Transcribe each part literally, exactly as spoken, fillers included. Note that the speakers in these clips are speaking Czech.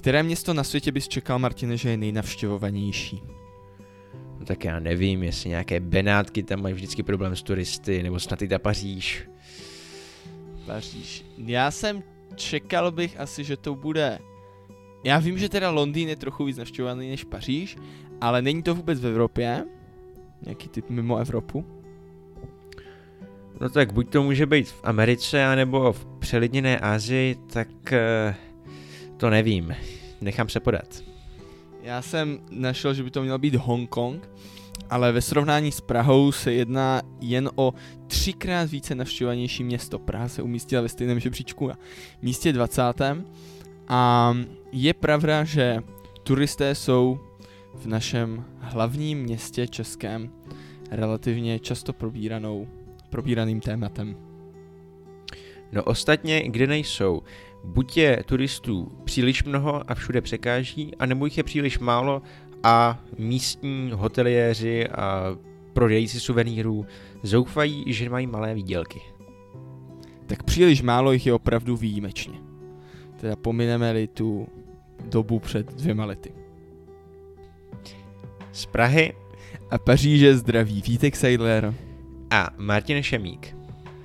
Které město na světě bys čekal, Martine, že je nejnavštěvovanější? No tak já nevím, jestli nějaké Benátky tam mají vždycky problém s turisty, nebo snad i ta Paříž. Paříž. Já jsem čekal bych asi, že to bude... Já vím, že teda Londýn je trochu víc navštěvovaný než Paříž, ale není to vůbec v Evropě? Nějaký typ mimo Evropu? No tak buď to může být v Americe, anebo v přelidněné Asii, tak uh, to nevím. Nechám se podat. Já jsem našel, že by to měl být Hongkong, ale ve srovnání s Prahou se jedná jen o třikrát více navštěvovanější město. Praha se umístila ve stejném žebříčku na místě dvacátém A je pravda, že turisté jsou v našem hlavním městě českém relativně často probíranou, probíraným tématem. No ostatně, kde nejsou, buď je turistů příliš mnoho a všude překáží, anebo jich je příliš málo a místní hoteliéři a prodejci suvenýrů zoufají, že mají malé výdělky. Tak příliš málo jich je opravdu výjimečně. Teda pomineme-li tu dobu před dvěma lety. Z Prahy a Paříže zdraví Vítek Seidler a Martin Šemík.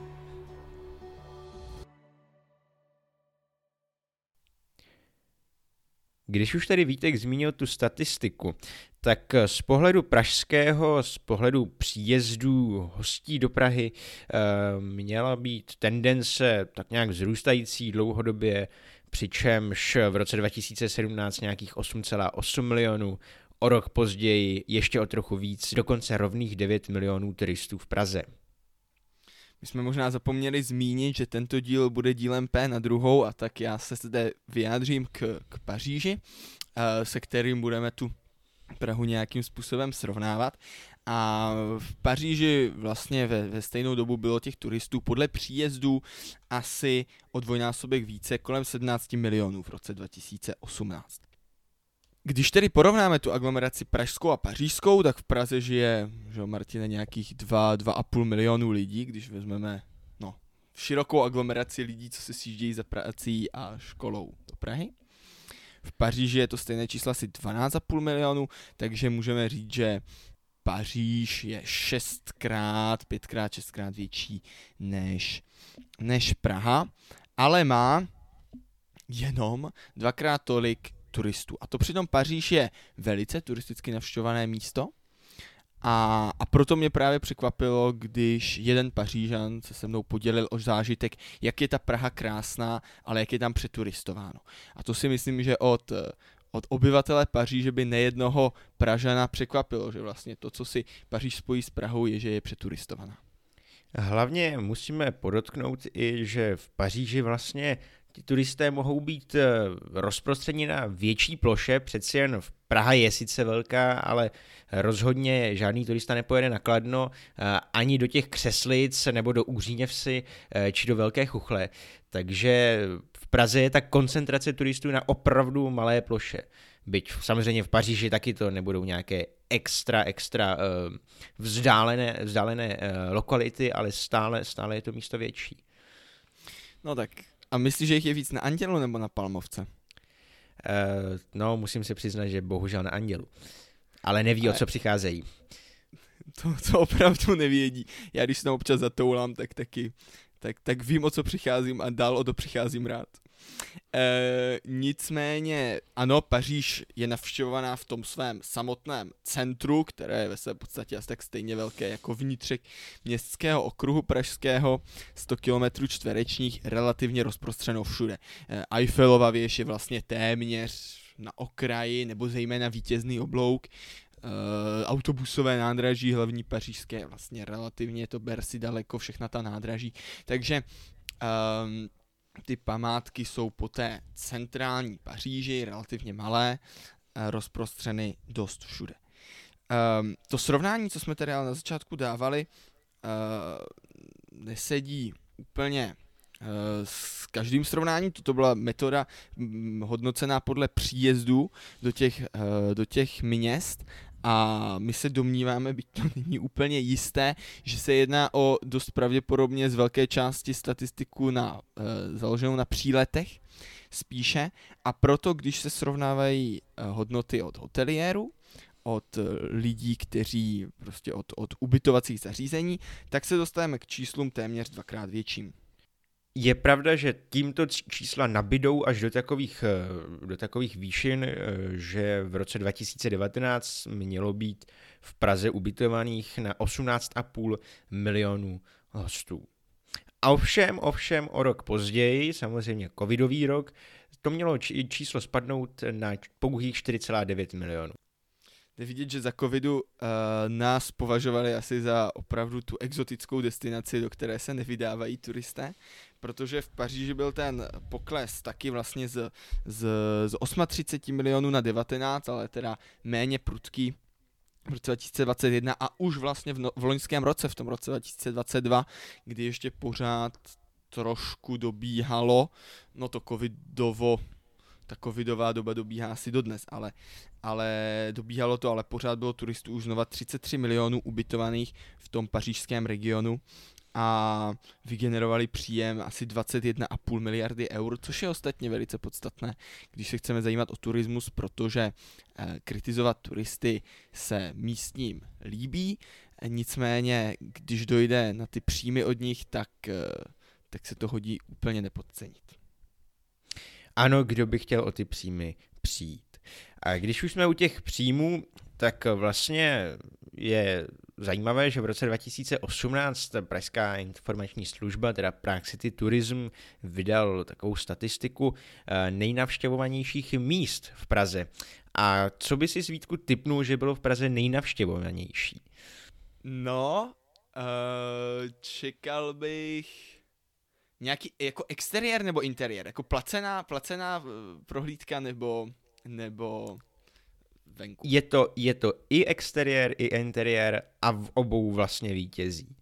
Když už tady Vítek zmínil tu statistiku, tak z pohledu pražského, z pohledu příjezdů hostí do Prahy měla být tendence tak nějak vzrůstající dlouhodobě, přičemž v roce dva tisíce sedmnáct nějakých osm celá osm milionů, o rok později ještě o trochu víc, dokonce rovných devět milionů turistů v Praze. My jsme možná zapomněli zmínit, že tento díl bude dílem P na druhou, a tak já se zde vyjádřím k, k Paříži, se kterým budeme tu Prahu nějakým způsobem srovnávat. A v Paříži vlastně ve, ve stejnou dobu bylo těch turistů podle příjezdů asi o dvojnásobek více, kolem sedmnáct milionů v roce dva tisíce osmnáct. Když tedy porovnáme tu aglomeraci pražskou a pařížskou, tak v Praze žije, že Martine, nějakých dva, dva a půl milionu lidí, když vezmeme no, širokou aglomeraci lidí, co se sjíždějí za prací a školou do Prahy. V Paříži je to stejné číslo asi dvanáct a půl milionu, takže můžeme říct, že Paříž je šestkrát, pětkrát, šestkrát větší než, než Praha, ale má jenom dvakrát tolik turistů. A to přitom Paříž je velice turisticky navštěvované místo a, a proto mě právě překvapilo, když jeden Pařížan se se mnou podělil o zážitek, jak je ta Praha krásná, ale jak je tam přeturistováno. A to si myslím, že od, od obyvatele Paříže by nejednoho Pražana překvapilo, že vlastně to, co si Paříž spojí s Prahou, je, že je přeturistovaná. Hlavně musíme podotknout i, že v Paříži vlastně ti turisté mohou být rozprostřeni na větší ploše, přeci jen v Praha je sice velká, ale rozhodně žádný turista nepojede na Kladno ani do těch Křeslic nebo do Úříněvsi či do Velké Chuchle. Takže v Praze je ta koncentrace turistů na opravdu malé ploše. Byť samozřejmě v Paříži taky to nebudou nějaké extra, extra vzdálené, vzdálené lokality, ale stále, stále je to místo větší. No tak... A myslíš, že jich je víc na Andělu nebo na Palmovce? Uh, no, musím se přiznat, že bohužel na Andělu. Ale neví, Ale... o co přicházejí. To, to opravdu nevědí. Já když se tam občas zatoulám, tak taky, tak, tak vím, o co přicházím a dál o to přicházím rád. E, nicméně, ano, Paříž je navštěvovaná v tom svém samotném centru, které je ve své podstatě asi tak stejně velké jako vnitřek městského okruhu pražského, sto kilometrů čtverečních, relativně rozprostřeno všude. E, Eiffelova věž je vlastně téměř na okraji, nebo zejména Vítězný oblouk. E, autobusové nádraží hlavní pařížské, vlastně relativně to ber si daleko všechna ta nádraží, takže um, ty památky jsou po té centrální Paříži relativně malé, rozprostřeny dost všude. Um, to srovnání, co jsme tady na začátku dávali, uh, nesedí úplně uh, s každým srovnáním. Toto byla metoda um, hodnocená podle příjezdu do těch, uh, do těch měst. A my se domníváme, byť to není úplně jisté, že se jedná o dost pravděpodobně z velké části statistiku na, e, založenou na příletech. spíše. A proto, když se srovnávají hodnoty od hoteliérů, od lidí, kteří prostě od, od ubytovacích zařízení, tak se dostaneme k číslům téměř dvakrát větším. Je pravda, že tímto čísla nabydou až do takových, do takových výšin, že v roce dva tisíce devatenáct mělo být v Praze ubytovaných na osmnáct a půl milionů hostů. A ovšem, ovšem o rok později, samozřejmě covidový rok, to mělo číslo spadnout na pouhých čtyři celá devět milionů. Jde vidět, že za covidu uh, nás považovali asi za opravdu tu exotickou destinaci, do které se nevydávají turisté, protože v Paříži byl ten pokles taky vlastně z, z, z třicet osm milionů na devatenáct, ale teda méně prudký v roce dva tisíce dvacet jedna a už vlastně v, no, v loňském roce, v tom roce dva tisíce dvacet dva, kdy ještě pořád trošku dobíhalo, no to covidovo, ta covidová doba dobíhá asi dodnes, ale, ale dobíhalo to, ale pořád bylo turistů už znova třicet tři milionů ubytovaných v tom pařížském regionu a vygenerovali příjem asi dvacet jedna a půl miliardy eur, což je ostatně velice podstatné, když se chceme zajímat o turismus, protože eh, kritizovat turisty se místním líbí, nicméně když dojde na ty příjmy od nich, tak, eh, tak se to hodí úplně nepodcenit. Ano, kdo by chtěl o ty příjmy přijít. A když už jsme u těch příjmů, tak vlastně je zajímavé, že v roce dva tisíce osmnáct Pražská informační služba, teda Prague City Tourism, vydal takovou statistiku nejnavštěvovanějších míst v Praze. A co by si, Vítku, tipnul, že bylo v Praze nejnavštěvovanější? No, uh, čekal bych nějaký jako exteriér nebo interiér, jako placená, placená prohlídka nebo, nebo venku. Je to, je to i exteriér, i interiér a v obou vlastně vítězí.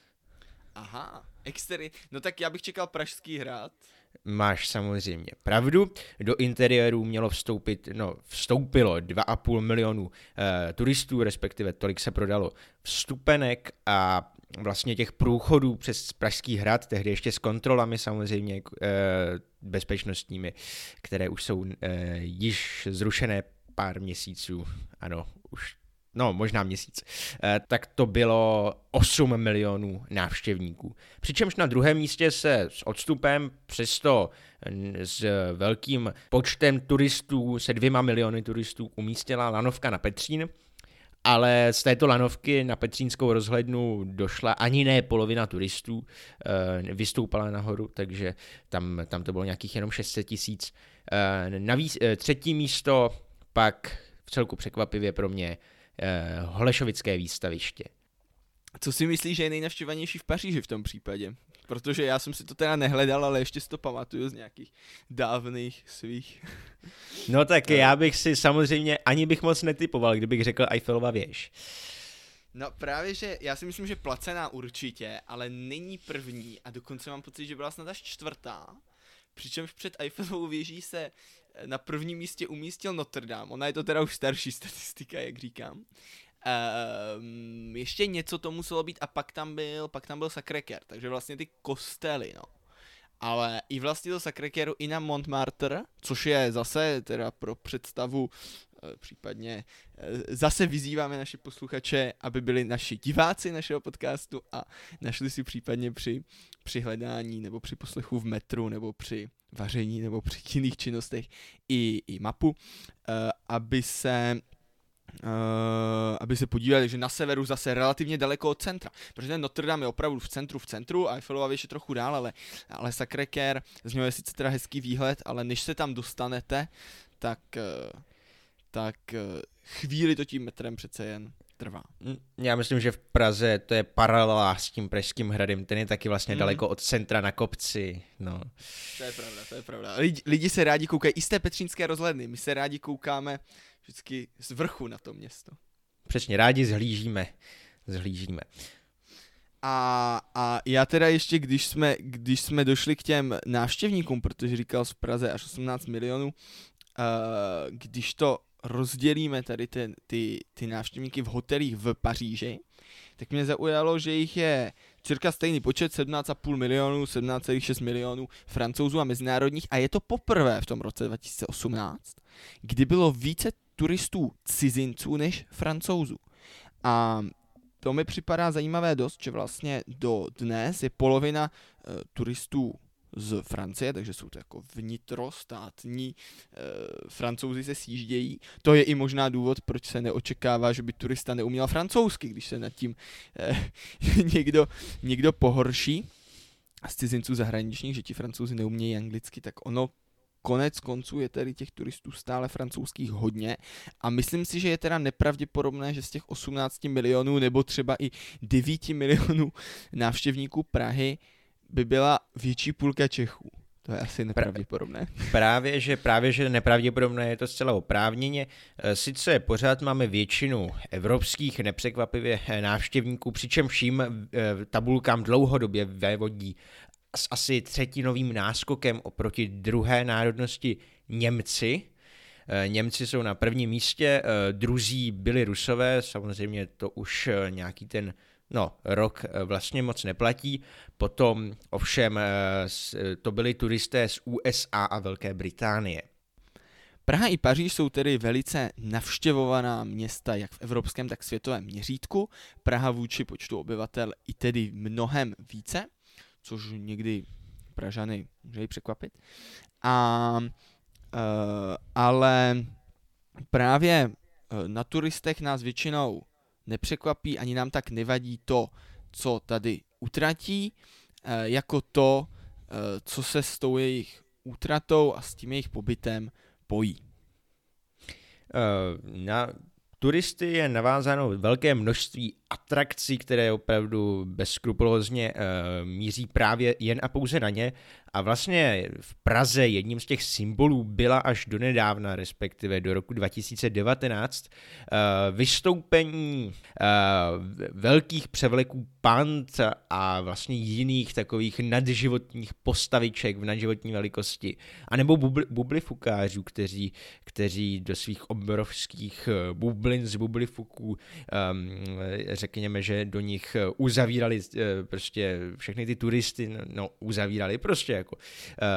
Aha, exteriér, no tak já bych čekal Pražský hrad. Máš samozřejmě pravdu, do interiéru mělo vstoupit, no vstoupilo dva a půl milionu e, turistů, respektive tolik se prodalo vstupenek a vlastně těch průchodů přes Pražský hrad, tehdy ještě s kontrolami samozřejmě e, bezpečnostními, které už jsou e, již zrušené pár měsíců, ano, už, no možná měsíc, e, tak to bylo osm milionů návštěvníků. Přičemž na druhém místě se s odstupem, přesto s velkým počtem turistů, se dvěma miliony turistů umístila lanovka na Petřín, ale z této lanovky na Petřínskou rozhlednu došla ani ne polovina turistů, e, vystoupala nahoru, takže tam, tam to bylo nějakých jenom šest set tisíc. E, navíc e, třetí místo pak v celku překvapivě pro mě e, Holešovické výstaviště. Co si myslíš, že je nejnavštěvanější v Paříži v tom případě? Protože já jsem si to teda nehledal, ale ještě si to pamatuju z nějakých dávných svých. No tak já bych si samozřejmě ani bych moc netypoval, kdybych řekl Eiffelova věž. No právě, že já si myslím, že placená určitě, ale není první a dokonce mám pocit, že byla snad až čtvrtá. Přičemž před Eiffelovou věží se na prvním místě umístil Notre Dame. Ona je to teda už starší statistika, jak říkám. Um, ještě něco to muselo být a pak tam byl, pak tam byl Sacré-Cœur, takže vlastně ty kostely, no. Ale i vlastně do Sacré-Cœuru i na Montmartre, což je zase teda pro představu, případně zase vyzýváme naše posluchače, aby byli naši diváci našeho podcastu a našli si případně při, při hledání nebo při poslechu v metru nebo při vaření nebo při jiných činnostech i, i mapu, aby se Uh, aby se podívali, že na severu zase relativně daleko od centra, protože ten Notre Dame je opravdu v centru, v centru a Eiffelova věž je trochu dál, ale, ale Sacré-Cœur, z něho je sice teda hezký výhled, ale než se tam dostanete, tak, uh, tak uh, chvíli to tím metrem přece jen trvá. Já myslím, že v Praze to je paralela s tím Pražským hradem, ten je taky vlastně mm. daleko od centra na kopci, no. To je pravda, to je pravda. Lidi, lidi se rádi koukají i z té petřínské rozhledny, my se rádi koukáme vždycky z vrchu na to město. Přesně, rádi zhlížíme, zhlížíme. A, a já teda ještě, když jsme, když jsme došli k těm návštěvníkům, protože říkal v Praze až osmnáct milionů, uh, když to rozdělíme tady ten, ty, ty návštěvníky v hotelích v Paříži, tak mě zaujalo, že jich je cirka stejný počet, sedmnáct celá pět milionů, sedmnáct celá šest milionů Francouzů a mezinárodních a je to poprvé v tom roce dva tisíce osmnáct, kdy bylo více turistů cizinců než Francouzů. A to mi připadá zajímavé dost, že vlastně do dnes je polovina uh, turistů z Francie, takže jsou to jako vnitrostátní e, Francouzi se sjíždějí. To je i možná důvod, proč se neočekává, že by turista neuměl francouzsky, když se nad tím e, někdo, někdo pohorší z cizinců zahraničních, že ti Francouzi neumějí anglicky, tak ono konec konců je tady těch turistů stále francouzských hodně a myslím si, že je teda nepravděpodobné, že z těch osmnácti milionů nebo třeba i devíti milionů návštěvníků Prahy by byla větší půlka Čechů. To je asi nepravděpodobné. Právě, že právě, že nepravděpodobné je to zcela oprávněně. Sice pořád máme většinu evropských nepřekvapivě návštěvníků, přičemž vším tabulkám dlouhodobě vévodí s asi třetinovým náskokem oproti druhé národnosti Němci. Němci jsou na prvním místě, druzí byli Rusové, samozřejmě to už nějaký ten No, rok vlastně moc neplatí, potom ovšem to byli turisté z U S A a Velké Británie. Praha i Paříž jsou tedy velice navštěvovaná města jak v evropském, tak světovém měřítku. Praha vůči počtu obyvatel i tedy mnohem více, což někdy Pražany může jí překvapit. A, e, ale právě na turistech nás většinou nepřekvapí, ani nám tak nevadí to, co tady utratí, jako to, co se s tou jejich útratou a s tím jejich pobytem pojí. Na turisty je navázáno velké množství atrakcí, které opravdu bezskrupulózně míří právě jen a pouze na ně. A vlastně v Praze jedním z těch symbolů byla až donedávna, respektive do roku dva tisíce devatenáct, vystoupení velkých převleků pand a vlastně jiných takových nadživotních postaviček v nadživotní velikosti, anebo bubli, bublifukářů, kteří, kteří do svých obrovských bublin z bublifuků, řekněme, že do nich uzavírali prostě všechny ty turisty, no uzavírali prostě jako uh,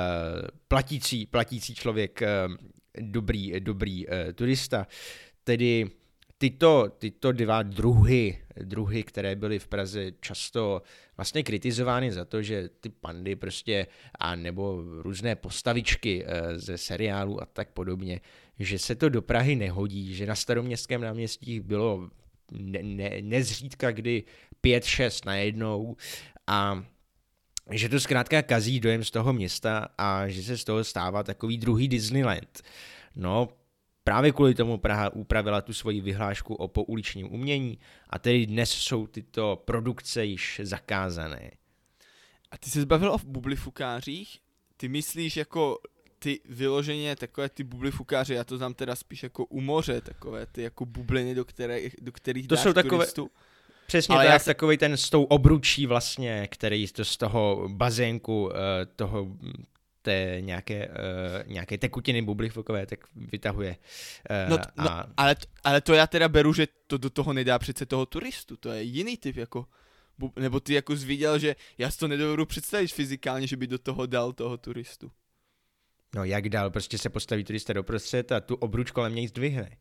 platící, platící člověk, uh, dobrý, dobrý uh, turista. Tedy tyto, tyto dva druhy, druhy, které byly v Praze často vlastně kritizovány za to, že ty pandy prostě, a nebo různé postavičky uh, ze seriálu a tak podobně, že se to do Prahy nehodí, že na Staroměstském náměstí bylo ne, ne, nezřídka kdy pět, šest najednou a že to zkrátka kazí dojem z toho města a že se z toho stává takový druhý Disneyland. No, právě kvůli tomu Praha upravila tu svoji vyhlášku o pouličním umění a tedy dnes jsou tyto produkce již zakázané. A ty jsi zbavil o bublifukářích? Ty myslíš jako ty vyloženě takové ty bublifukáře, já to znám teda spíš jako u moře, takové ty jako bubliny, do, které, do kterých to dáš jsou takové, turistu? Přesně ale tak, se... takový ten s tou obručí vlastně, který to z toho bazénku, toho té nějaké, nějaké tekutiny bublifukové, tak vytahuje. No, t- a... no ale, t- ale to já teda beru, že to do toho nedá přece toho turistu, to je jiný typ jako, nebo ty jako jsi viděl, že já si to nedovedu představit fyzikálně, že by do toho dal toho turistu. No jak dál, prostě se postaví turista doprostřed a tu obruč kolem něj zdvihne.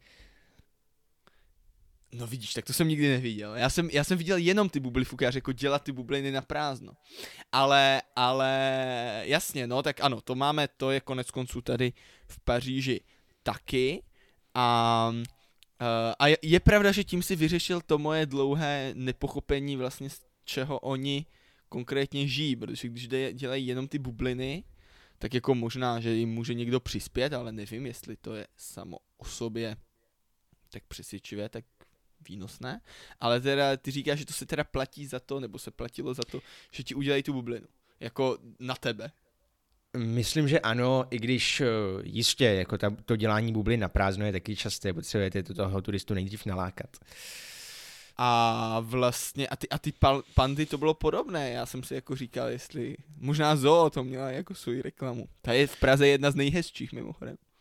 No vidíš, tak to jsem nikdy neviděl. Já jsem, já jsem viděl jenom ty bublifukáře, jako dělat ty bubliny na prázdno. Ale, ale jasně, no tak ano, to máme, to je konec konců tady v Paříži taky. A, a je, je pravda, že tím si vyřešil to moje dlouhé nepochopení vlastně z čeho oni konkrétně žijí, protože když dělají jenom ty bubliny, tak jako možná, že jim může někdo přispět, ale nevím, jestli to je samo o sobě tak přesvědčivé, tak výnosné, ale teda ty říkáš, že to se teda platí za to, nebo se platilo za to, že ti udělají tu bublinu, jako na tebe. Myslím, že ano, i když jistě, jako ta, to dělání bublin na prázdno je taky časté, potřebujete to toho turistu nejdřív nalákat. A vlastně, a ty, a ty pal, pandy to bylo podobné, já jsem si jako říkal, jestli, možná Zoo to měla jako svou reklamu. Ta je v Praze jedna z nejhezčích mimochodem.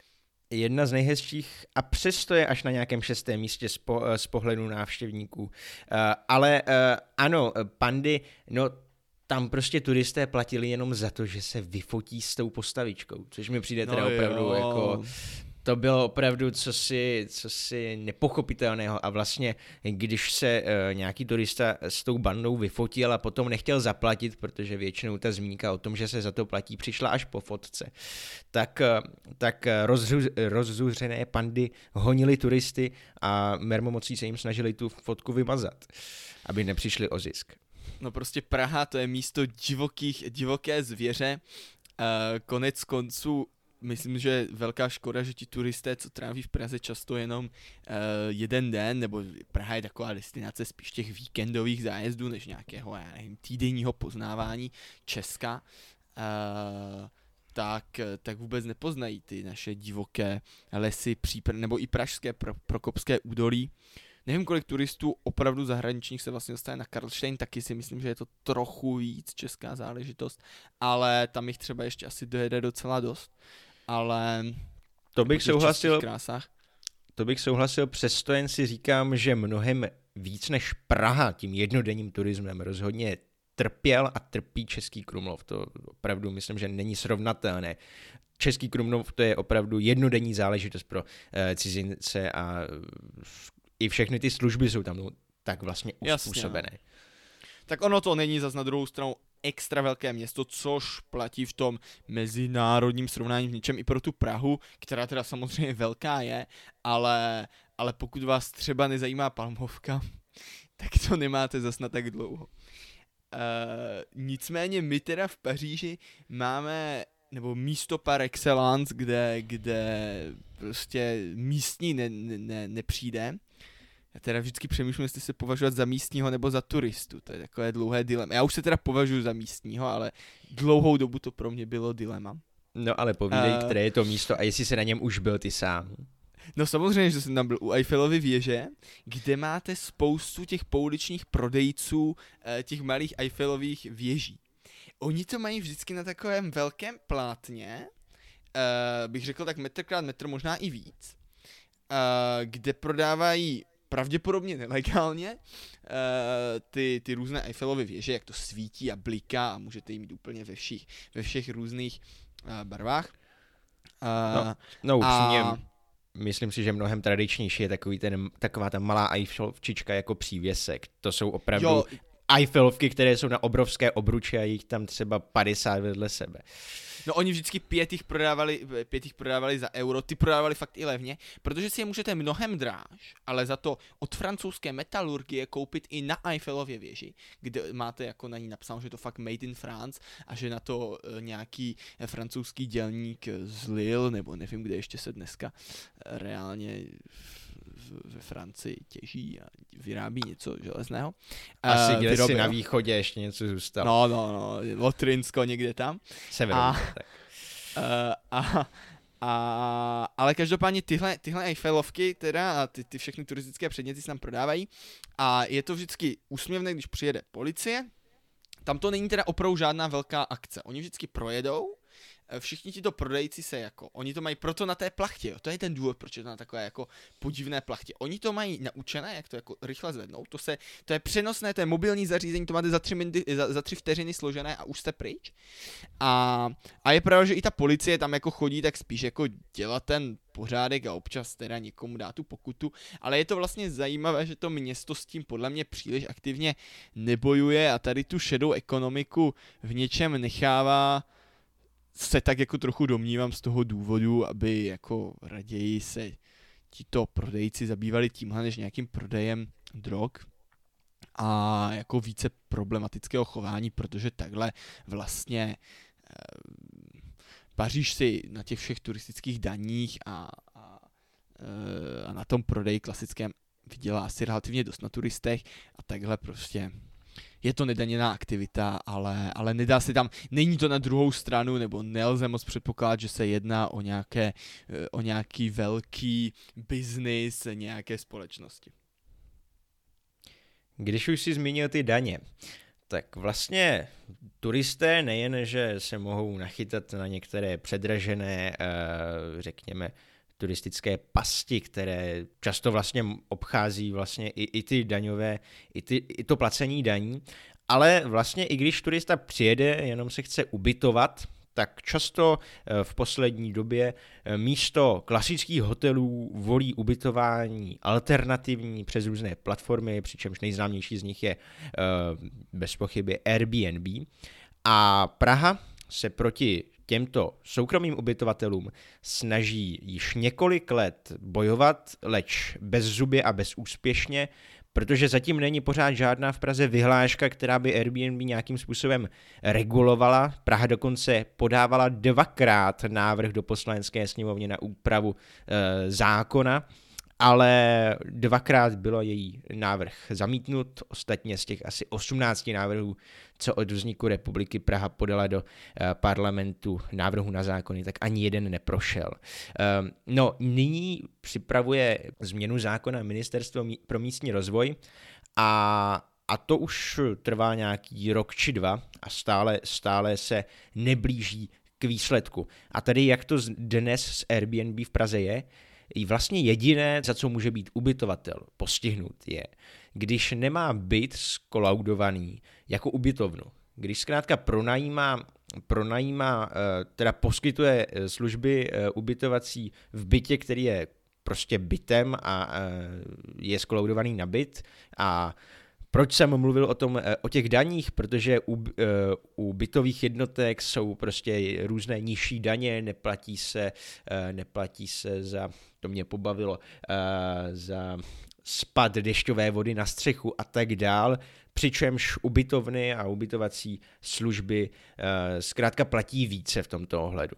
jedna z nejhezčích a přesto je až na nějakém šestém místě z, po, z pohledu návštěvníků. Uh, ale uh, ano, Pandy, no tam prostě turisté platili jenom za to, že se vyfotí s tou postavičkou, což mi přijde teda no opravdu jo. jako... To bylo opravdu cosi, cosi nepochopitelného a vlastně, když se uh, nějaký turista s tou bandou vyfotil a potom nechtěl zaplatit, protože většinou ta zmínka o tom, že se za to platí, přišla až po fotce, tak, uh, tak rozzu, rozzuřené pandy honily turisty a mermomocí se jim snažili tu fotku vymazat, aby nepřišli o zisk. No prostě Praha, to je místo divokých, divoké zvěře, uh, konec konců. Myslím, že velká škoda, že ti turisté, co tráví v Praze často jenom uh, jeden den, nebo Praha je taková destinace spíš těch víkendových zájezdů, než nějakého, já nevím, týdenního poznávání Česka, uh, tak, tak vůbec nepoznají ty naše divoké lesy, přípr- nebo i pražské pro- Prokopské údolí. Nevím, kolik turistů opravdu zahraničních se vlastně dostane na Karlštejn, taky si myslím, že je to trochu víc česká záležitost, ale tam jich třeba ještě asi dojede docela dost. Ale to bych souhlasil, to bych souhlasil, přesto jen si říkám, že mnohem víc než Praha tím jednodenním turismem rozhodně trpěl a trpí Český Krumlov. To opravdu myslím, že není srovnatelné. Český Krumlov to je opravdu jednodenní záležitost pro uh, cizince a i všechny ty služby jsou tam no, tak vlastně uspůsobené. Jasně. Tak ono to není zas na druhou stranu extra velké město, což platí v tom mezinárodním srovnání v něčem i pro tu Prahu, která teda samozřejmě velká je, ale, ale pokud vás třeba nezajímá Palmovka, tak to nemáte zas na tak dlouho. Uh, nicméně my teda v Paříži máme, nebo místo par excellence, kde, kde prostě místní ne, ne, nepřijde. Já teda vždycky přemýšlím, jestli se považovat za místního nebo za turistu. To je takové dlouhé dilema. Já už se teda považuji za místního, ale dlouhou dobu to pro mě bylo dilema. No ale povídej, uh, které je to místo a jestli se na něm už byl ty sám. No samozřejmě, že jsem tam byl u Eiffelovy věže, kde máte spoustu těch pouličních prodejců těch malých Eiffelových věží. Oni to mají vždycky na takovém velkém plátně, uh, bych řekl tak metr krát metr, možná i víc, uh, kde prodávají pravděpodobně nelegálně uh, ty, ty různé Eiffelovy věže, jak to svítí a bliká a můžete jim mít úplně ve všech, ve všech různých uh, barvách. Uh, no, no upřímně, a... myslím si, že mnohem tradičnější je takový ten, taková ta malá Eiffelovčička jako přívěsek. To jsou opravdu jo. Eiffelovky, které jsou na obrovské obruči a jich tam třeba padesát vedle sebe. No oni vždycky pět jich prodávali, pět jich prodávali za euro, ty prodávali fakt i levně, protože si je můžete mnohem dráž, ale za to od francouzské metalurgie koupit i na Eiffelově věži, kde máte jako na ní napsáno, že je to fakt made in France a že na to nějaký francouzský dělník z Lille, nebo nevím, kde ještě se dneska reálně ve Francii těží a vyrábí něco železného. Asi uh, kde si na východě ještě něco zůstalo. No, no, no, Lotrinsko někde tam. Severu, a, tak. Uh, a, a, ale každopádně tyhle, tyhle Eiffelovky teda a ty, ty všechny turistické předměty se tam prodávají a je to vždycky úsměvné, když přijede policie. Tam to není teda opravdu žádná velká akce. Oni vždycky projedou, všichni tito prodejci se jako, oni to mají proto na té plachtě, jo. To je ten důvod, proč je to na takové jako podivné plachtě. Oni to mají naučené, jak to jako rychle zvednout, to se, to je přenosné, to je mobilní zařízení, to máte za tři, minuty, za, za tři vteřiny složené a už jste pryč. A, a je pravda, že i ta policie tam jako chodí tak spíš jako dělat ten pořádek a občas teda někomu dá tu pokutu, ale je to vlastně zajímavé, že to město s tím podle mě příliš aktivně nebojuje a tady tu šedou ekonomiku v něčem nechává, se tak jako trochu domnívám z toho důvodu, aby jako raději se tito prodejci zabývali tímhle než nějakým prodejem drog a jako více problematického chování, protože takhle vlastně eh, Paříž si na těch všech turistických daních a, a, a na tom prodeji klasickém vydělá asi relativně dost na turistech a takhle prostě je to nedaněná aktivita, ale, ale nedá se tam, není to na druhou stranu, nebo nelze moc předpokládat, že se jedná o, nějaké, o nějaký velký biznis nějaké společnosti. Když už si zmínil ty daně, tak vlastně turisté nejen, že se mohou nachytat na některé předražené, řekněme, turistické pasti, které často vlastně obchází vlastně i, i ty daňové, i, ty, i to placení daní, ale vlastně i když turista přijede, jenom se chce ubytovat, tak často v poslední době místo klasických hotelů volí ubytování alternativní přes různé platformy, přičemž nejznámější z nich je bez pochyby Airbnb. A Praha se proti těmto soukromým ubytovatelům snaží již několik let bojovat, leč bezzubě a bezúspěšně, protože zatím není pořád žádná v Praze vyhláška, která by Airbnb nějakým způsobem regulovala. Praha dokonce podávala dvakrát návrh do Poslanecké sněmovny na úpravu e, zákona, ale dvakrát bylo její návrh zamítnut. Ostatně z těch asi osmnácti návrhů, co od vzniku republiky Praha podala do eh, parlamentu návrhu na zákony, tak ani jeden neprošel. Um, no, nyní připravuje změnu zákona Ministerstvo pro místní rozvoj a A to už trvá nějaký rok či dva a stále, stále se neblíží k výsledku. A tady jak to dnes s Airbnb v Praze je, i vlastně jediné, za co může být ubytovatel postihnut, je, když nemá byt skolaudovaný jako ubytovnu. Když zkrátka pronajímá, pronajímá, teda poskytuje služby ubytovací v bytě, který je prostě bytem a je skolaudovaný na byt. A proč jsem mluvil o tom, o těch daních? Protože u, u bytových jednotek jsou prostě různé nižší daně, neplatí se, neplatí se za, to mě pobavilo, za spad dešťové vody na střechu a tak dál, přičemž ubytovny a ubytovací služby zkrátka platí více v tomto ohledu.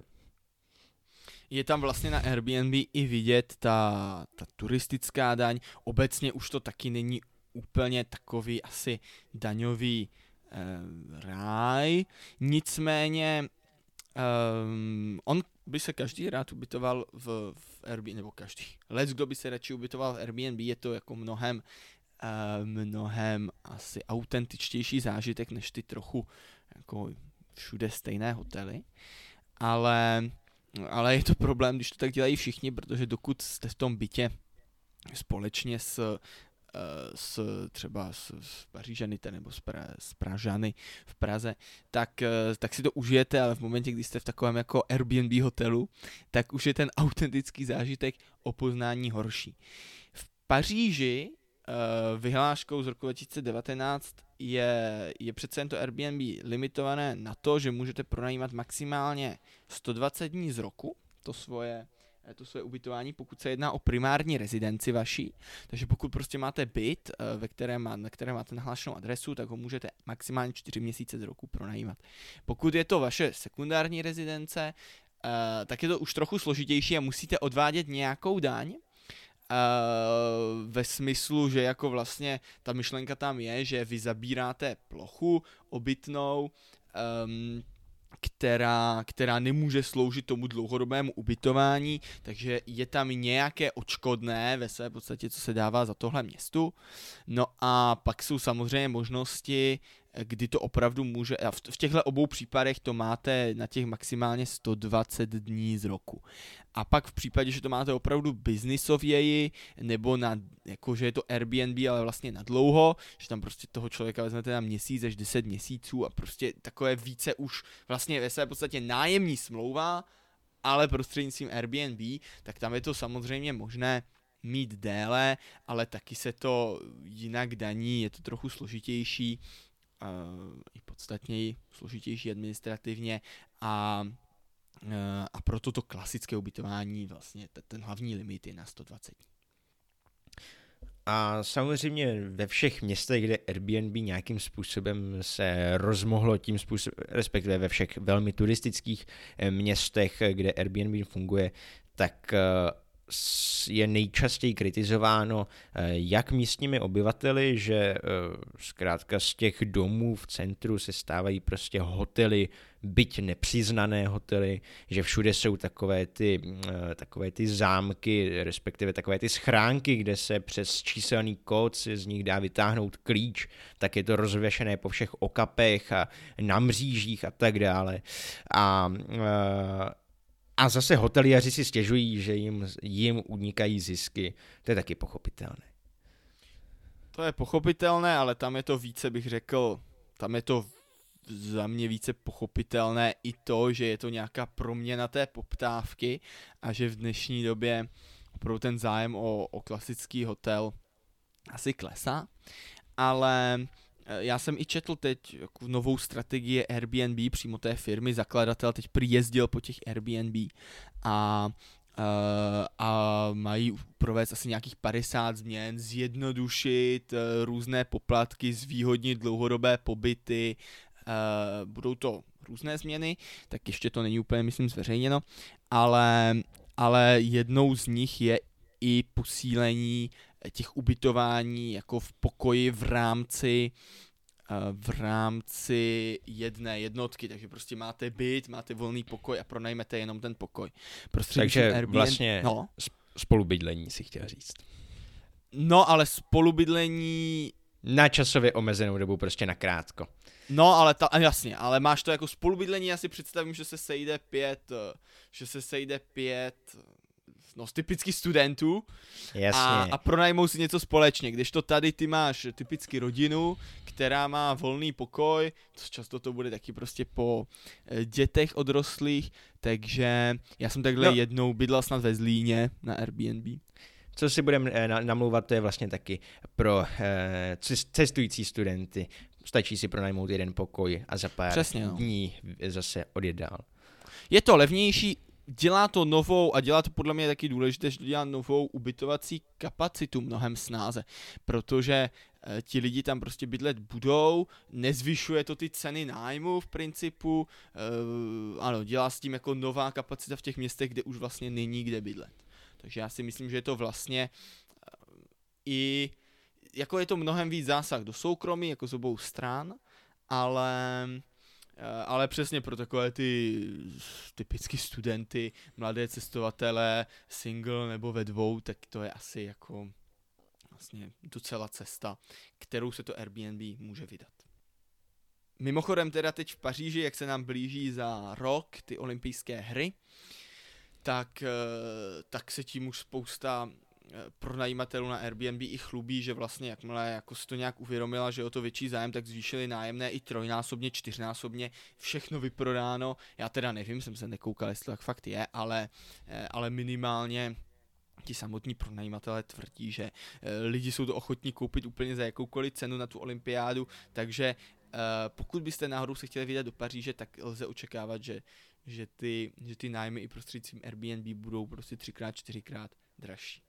Je tam vlastně na Airbnb i vidět ta, ta turistická daň, obecně už to taky není úplně takový asi daňový eh, ráj, nicméně eh, on by se každý rád ubytoval v, v Airbnb, nebo každý, lec kdo by se radši ubytoval v Airbnb, je to jako mnohem, eh, mnohem asi autentičtější zážitek, než ty trochu jako všude stejné hotely, ale, ale je to problém, když to tak dělají všichni, protože dokud jste v tom bytě společně s s třeba s, s Pařížany nebo s, pra, s Pražany v Praze, tak, tak si to užijete, ale v momentě, kdy jste v takovém jako Airbnb hotelu, tak už je ten autentický zážitek o poznání horší. V Paříži vyhláškou z roku dva tisíce devatenáct je, je přece jen to Airbnb limitované na to, že můžete pronajímat maximálně sto dvacet dní z roku to svoje to své ubytování, pokud se jedná o primární rezidenci vaší. Takže pokud prostě máte byt, ve kterém, má, na kterém máte nahlášenou adresu, tak ho můžete maximálně čtyři měsíce z roku pronajímat. Pokud je to vaše sekundární rezidence, tak je to už trochu složitější a musíte odvádět nějakou daň, ve smyslu, že jako vlastně ta myšlenka tam je, že vy zabíráte plochu obytnou, um, Která, která nemůže sloužit tomu dlouhodobému ubytování, takže je tam nějaké odškodné ve své podstatě, co se dává za tohle městu. No a pak jsou samozřejmě možnosti, kdy to opravdu může, a v těchto obou případech to máte na těch maximálně sto dvacet dní z roku. A pak v případě, že to máte opravdu biznisověji, nebo na, jako že je to Airbnb, ale vlastně na dlouho, že tam prostě toho člověka vezmete na měsíc až deset měsíců a prostě takové více už vlastně ve své podstatě nájemní smlouva, ale prostřednictvím Airbnb, tak tam je to samozřejmě možné mít déle, ale taky se to jinak daní, je to trochu složitější, Uh, i podstatněji složitější administrativně a, uh, a proto to klasické ubytování, vlastně t- ten hlavní limit je na sto dvacet dní. A samozřejmě ve všech městech, kde Airbnb nějakým způsobem se rozmohlo tím způsobem, respektive ve všech velmi turistických městech, kde Airbnb funguje, tak je nejčastěji kritizováno jak místními obyvateli, že zkrátka z těch domů v centru se stávají prostě hotely, byť nepřiznané hotely, že všude jsou takové ty, takové ty zámky, respektive takové ty schránky, kde se přes číselný kód se z nich dá vytáhnout klíč, tak je to rozvěšené po všech okapech a na mřížích a tak dále. A A zase hoteliéři si stěžují, že jim, jim unikají zisky. To je taky pochopitelné. To je pochopitelné, ale tam je to více, bych řekl, tam je to za mě více pochopitelné i to, že je to nějaká proměna té poptávky a že v dnešní době opravdu ten zájem o, o klasický hotel asi klesá, ale já jsem i četl teď jako novou strategii Airbnb přímo té firmy, zakladatel teď přijezdil po těch Airbnb a Uh, a mají provést asi nějakých padesát změn, zjednodušit uh, různé poplatky, zvýhodnit dlouhodobé pobyty, uh, budou to různé změny, tak ještě to není úplně, myslím, zveřejněno, ale, ale jednou z nich je i posílení těch ubytování jako v pokoji v rámci v rámci jedné jednotky, takže prostě máte byt, máte volný pokoj a pronajmete jenom ten pokoj. Takže Airbnb, vlastně no. spolubydlení si chtěl říct. No, ale spolubydlení... Na časově omezenou dobu, prostě na krátko. No, ale ta, jasně, ale máš to jako spolubydlení, já si představím, že se sejde pět, že se sejde pět... no, z typických studentů a, a pronajmou si něco společně, kdežto tady ty máš typicky rodinu, která má volný pokoj, často to bude taky prostě po dětech odrostlých, takže já jsem takhle no. jednou bydlel snad ve Zlíně na Airbnb. Co si budeme namlouvat, to je vlastně taky pro eh, cestující studenty. Stačí si pronajmout jeden pokoj a za pár Přesně, no. dní zase odjet dál. Je to levnější, dělá to novou, a dělá to podle mě taky důležité, že to dělá novou ubytovací kapacitu mnohem snáze, protože e, ti lidi tam prostě bydlet budou, nezvyšuje to ty ceny nájmu v principu, e, ano, dělá s tím jako nová kapacita v těch městech, kde už vlastně není kde bydlet. Takže já si myslím, že je to vlastně e, i, jako je to mnohem víc zásah do soukromí, jako z obou stran, ale... Ale přesně pro takové ty typické studenty, mladé cestovatele, single nebo ve dvou, tak to je asi jako vlastně docela cesta, kterou se to Airbnb může vydat. Mimochodem teda teď v Paříži, jak se nám blíží za rok ty olympijské hry, tak, tak se tím už spousta pronajímatelů na Airbnb i chlubí, že vlastně jakmile jako si to nějak uvědomila, že o to větší zájem, tak zvýšili nájemné i trojnásobně, čtyřnásobně, všechno vyprodáno. Já teda nevím, jsem se nekoukal, jestli tak fakt je, ale, ale minimálně ti samotní pronajímatelé tvrdí, že lidi jsou to ochotní koupit úplně za jakoukoliv cenu na tu olympiádu, takže pokud byste náhodou se chtěli vydat do Paříže, tak lze očekávat, že, že, ty, že ty nájmy i prostřednictvím Airbnb budou prostě třikrát, čtyřikrát dražší.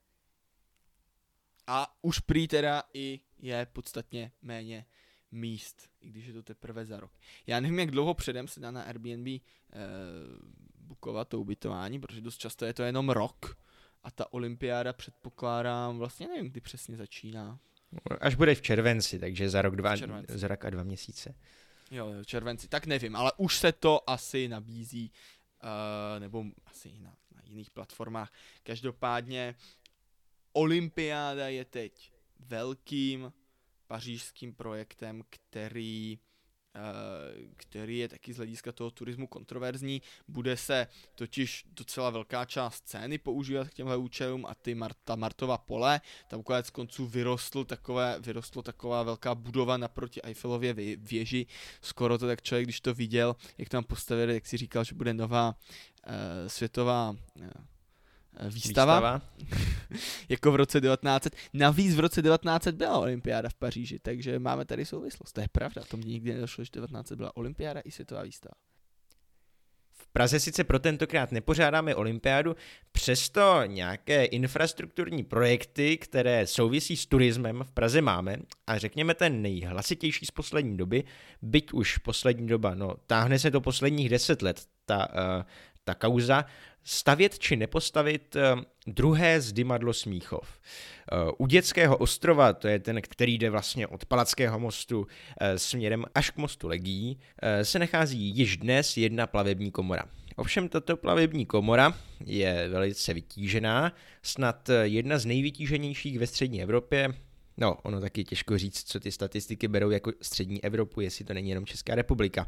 A už prý teda i je podstatně méně míst, i když je to teprve za rok. Já nevím, jak dlouho předem se dá na Airbnb eh, bookovat to ubytování, protože dost často je to jenom rok a ta olympiáda předpokládám, vlastně nevím, kdy přesně začíná. Až bude v červenci, takže za rok, dva, za rok a dva měsíce. Jo, v červenci, tak nevím, ale už se to asi nabízí, uh, nebo asi i na, na jiných platformách. Každopádně olympiáda je teď velkým pařížským projektem, který, který je taky z hlediska toho turismu kontroverzní. Bude se totiž docela velká část scény používat k těmhle účelům a ty Mar- ta Martova pole, tam konec konců vyrostl takové, vyrostlo taková velká budova naproti Eiffelově věži. Skoro to tak člověk, když to viděl, jak tam postavili, jak si říkal, že bude nová uh, světová uh, výstava, výstava. jako v roce devatenáct set. Navíc v roce devatenáct set byla olympiáda v Paříži, takže máme tady souvislost. To je pravda, to mě nikdy nedošlo, že devatenáct set byla olympiáda i světová výstava. V Praze sice pro tentokrát nepořádáme olympiádu, přesto nějaké infrastrukturní projekty, které souvisí s turismem, v Praze máme a řekněme ten nejhlasitější z poslední doby, byť už poslední doba, no táhne se to posledních deset let, ta, uh, ta kauza, stavět či nepostavit uh, druhé zdymadlo Smíchov. Uh, u Dětského ostrova, to je ten, který jde vlastně od Palackého mostu uh, směrem až k mostu Legií, uh, se nachází již dnes jedna plavební komora. Ovšem tato plavební komora je velice vytížená, snad jedna z nejvytíženějších ve střední Evropě. No, ono taky těžko říct, co ty statistiky berou jako střední Evropu, jestli to není jenom Česká republika.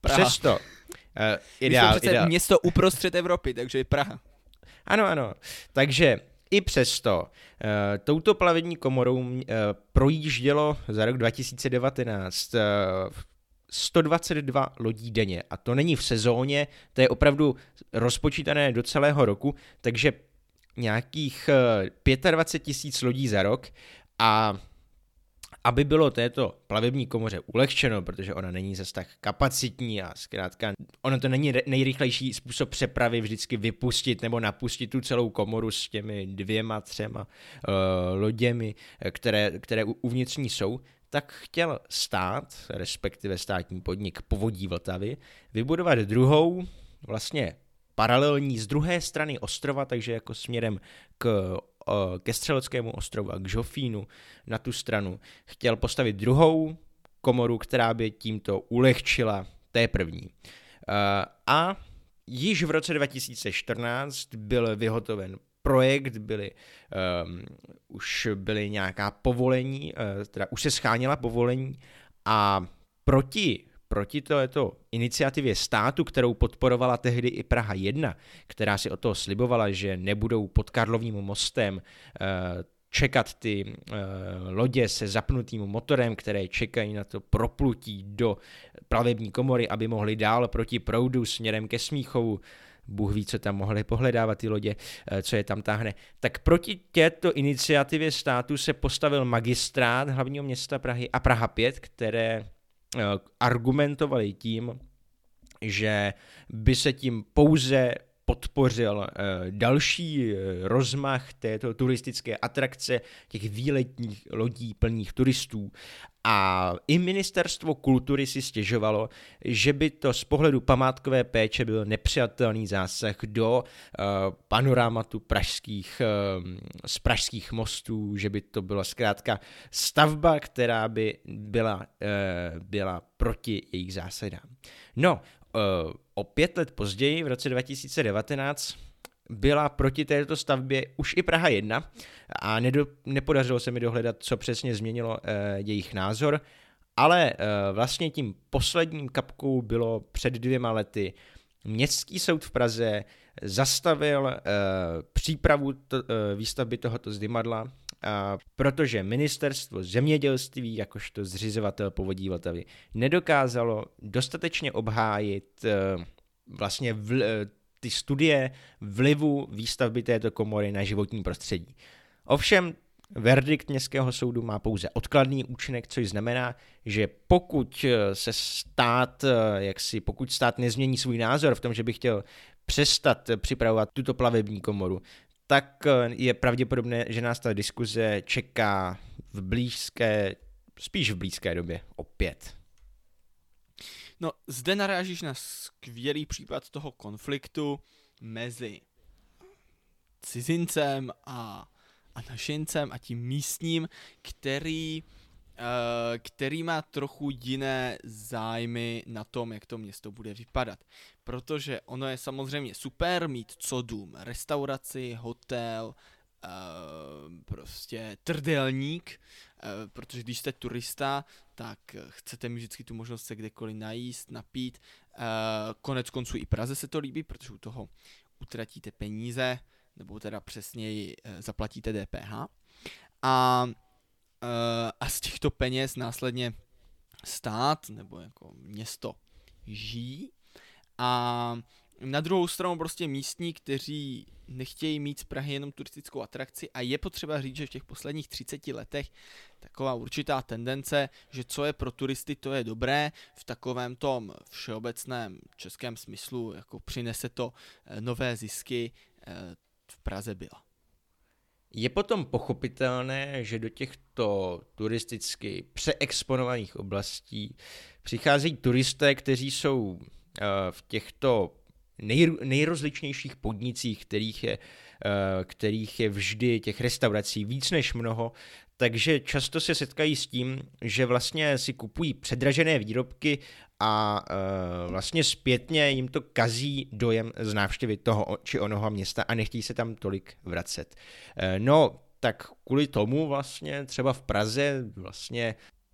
Praha. Přesto, uh, ideál, přece ideál. město uprostřed Evropy, takže je Praha. Ano, ano. Takže i přesto uh, touto plavební komorou uh, projíždělo za rok dva tisíce devatenáct uh, sto dvacet dva lodí denně. A to není v sezóně, to je opravdu rozpočítané do celého roku, takže nějakých uh, dvacet pět tisíc lodí za rok. A aby bylo této plavební komoře ulehčeno, protože ona není zase tak kapacitní a zkrátka ono to není nejrychlejší způsob přepravy vždycky vypustit nebo napustit tu celou komoru s těmi dvěma, třema uh, loděmi, které, které uvnitř ní jsou, tak chtěl stát, respektive státní podnik Povodí Vltavy, vybudovat druhou, vlastně paralelní z druhé strany ostrova, takže jako směrem k ke Střeleckému ostrovu a k Žofínu na tu stranu. Chtěl postavit druhou komoru, která by tímto ulehčila té první. A již v roce dva tisíce čtrnáct byl vyhotoven projekt, byly, um, už byly nějaká povolení, uh, teda už se scháněla povolení a proti Proti této iniciativě státu, kterou podporovala tehdy i Praha jedna, která si o toho slibovala, že nebudou pod Karlovým mostem čekat ty lodě se zapnutým motorem, které čekají na to proplutí do plavební komory, aby mohly dál proti proudu směrem ke Smíchovu. Bůh ví, co tam mohli pohledávat ty lodě, co je tam táhne. Tak proti této iniciativě státu se postavil magistrát hlavního města Prahy a Praha pět, které argumentovali tím, že by se tím pouze podpořil další rozmach této turistické atrakce, těch výletních lodí plných turistů. A i ministerstvo kultury si stěžovalo, že by to z pohledu památkové péče byl nepřijatelný zásah do uh, panorámatu pražských, uh, z pražských mostů, že by to byla zkrátka stavba, která by byla, uh, byla proti jejich zásadám. No, uh, o pět let později, v roce dva tisíce devatenáct, byla proti této stavbě už i Praha jedna a nedo, nepodařilo se mi dohledat, co přesně změnilo e, jejich názor, ale e, vlastně tím posledním kapkou bylo před dvěma lety Městský soud v Praze zastavil e, přípravu to, e, výstavby tohoto zdymadla, a protože ministerstvo zemědělství, jakožto zřizovatel Povodí Vltavy, nedokázalo dostatečně obhájit e, vlastně v, e, ty studie vlivu výstavby této komory na životní prostředí. Ovšem, verdikt Městského soudu má pouze odkladný účinek, což znamená, že pokud se stát, jaksi, pokud stát nezmění svůj názor v tom, že by chtěl přestat připravovat tuto plavební komoru, tak je pravděpodobné, že nás ta diskuze čeká v blízké, spíš v blízké době opět. No, zde narážíš na skvělý případ toho konfliktu mezi cizincem a, a našincem a tím místním, který, uh, který má trochu jiné zájmy na tom, jak to město bude vypadat. Protože ono je samozřejmě super mít co dům, restauraci, hotel, Uh, prostě trdelník, uh, protože když jste turista, tak chcete mít vždycky tu možnost se kdekoliv najíst, napít. Uh, konec konců i Praze se to líbí, protože u toho utratíte peníze, nebo teda přesněji uh, zaplatíte D P H. A, uh, a z těchto peněz následně stát nebo jako město žijí. A na druhou stranu prostě místní, kteří nechtějí mít z Prahy jenom turistickou atrakci a je potřeba říct, že v těch posledních třiceti letech taková určitá tendence, že co je pro turisty, to je dobré, v takovém tom všeobecném českém smyslu, jako přinese to nové zisky, v Praze byla. Je potom pochopitelné, že do těchto turisticky přeexponovaných oblastí přicházejí turisté, kteří jsou v těchto nej, nejrozličnějších podnicích, kterých je, kterých je vždy těch restaurací víc než mnoho, takže často se setkají s tím, že vlastně si kupují předražené výrobky a vlastně zpětně jim to kazí dojem z návštěvy toho či onoho města a nechtějí se tam tolik vracet. No, tak kvůli tomu vlastně třeba v Praze vlastně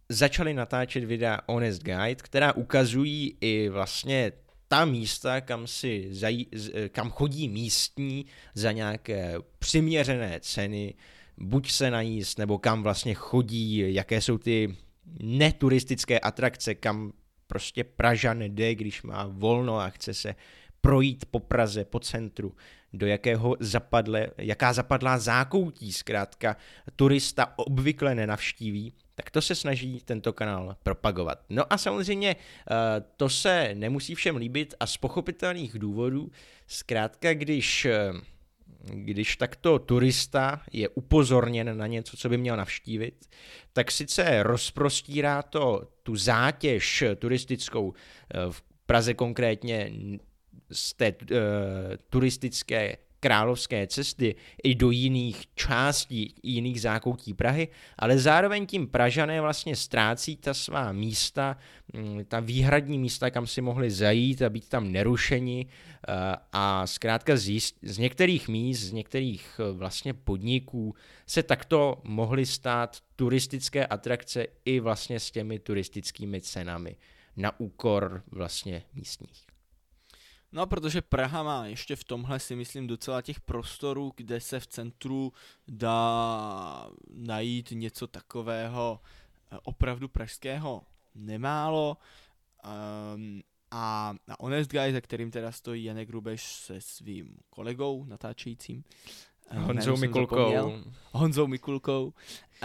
začali natáčet videa Honest Guide, která ukazují i vlastně ta místa, kam, si zají, kam chodí místní za nějaké přiměřené ceny, buď se najíst, nebo kam vlastně chodí, jaké jsou ty neturistické atrakce, kam prostě Pražan jde, když má volno a chce se projít po Praze, po centru, do jakého zapadle, jaká zapadlá zákoutí zkrátka turista obvykle nenavštíví, tak to se snaží tento kanál propagovat. No a samozřejmě to se nemusí všem líbit a z pochopitelných důvodů, zkrátka když, když takto turista je upozorněn na něco, co by měl navštívit, tak sice rozprostírá to tu zátěž turistickou v Praze konkrétně z té uh, turistické královské cesty i do jiných částí, jiných zákoutí Prahy, ale zároveň tím Pražané vlastně ztrácí ta svá místa, ta výhradní místa, kam si mohli zajít a být tam nerušeni uh, a zkrátka z, jist, z některých míst, z některých uh, vlastně podniků se takto mohly stát turistické atrakce i vlastně s těmi turistickými cenami na úkor vlastně místních. No, protože Praha má ještě v tomhle si myslím docela těch prostorů, kde se v centru dá najít něco takového opravdu pražského nemálo. Um, a na Honest Guide, za kterým teda stojí Janek Rubeš se svým kolegou natáčejícím, Honzou Mikulkou. Honzou Mikulkou, uh,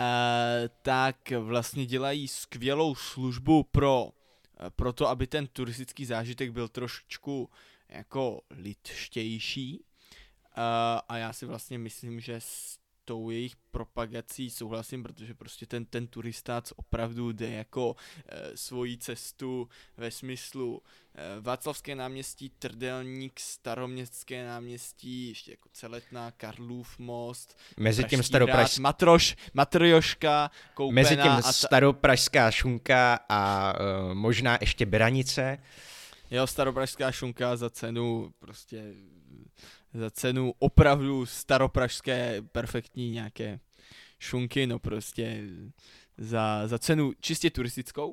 tak vlastně dělají skvělou službu pro, pro to, aby ten turistický zážitek byl trošičku jako lidštější. Uh, a já si vlastně myslím, že s tou jejich propagací souhlasím, protože prostě ten, ten turista opravdu jde jako uh, svoji cestu ve smyslu uh, Václavské náměstí, Trdelník, Staroměstské náměstí, ještě jako Celetná, Karlův most, mezi tím staropražský Matroš, Matrjoška, Koupena. Mezi tím a ta... staropražská šunka a uh, možná ještě Beranice. Jo, staropražská šunka za cenu prostě za cenu opravdu staropražské perfektní nějaké šunky, no prostě za, za cenu čistě turistickou.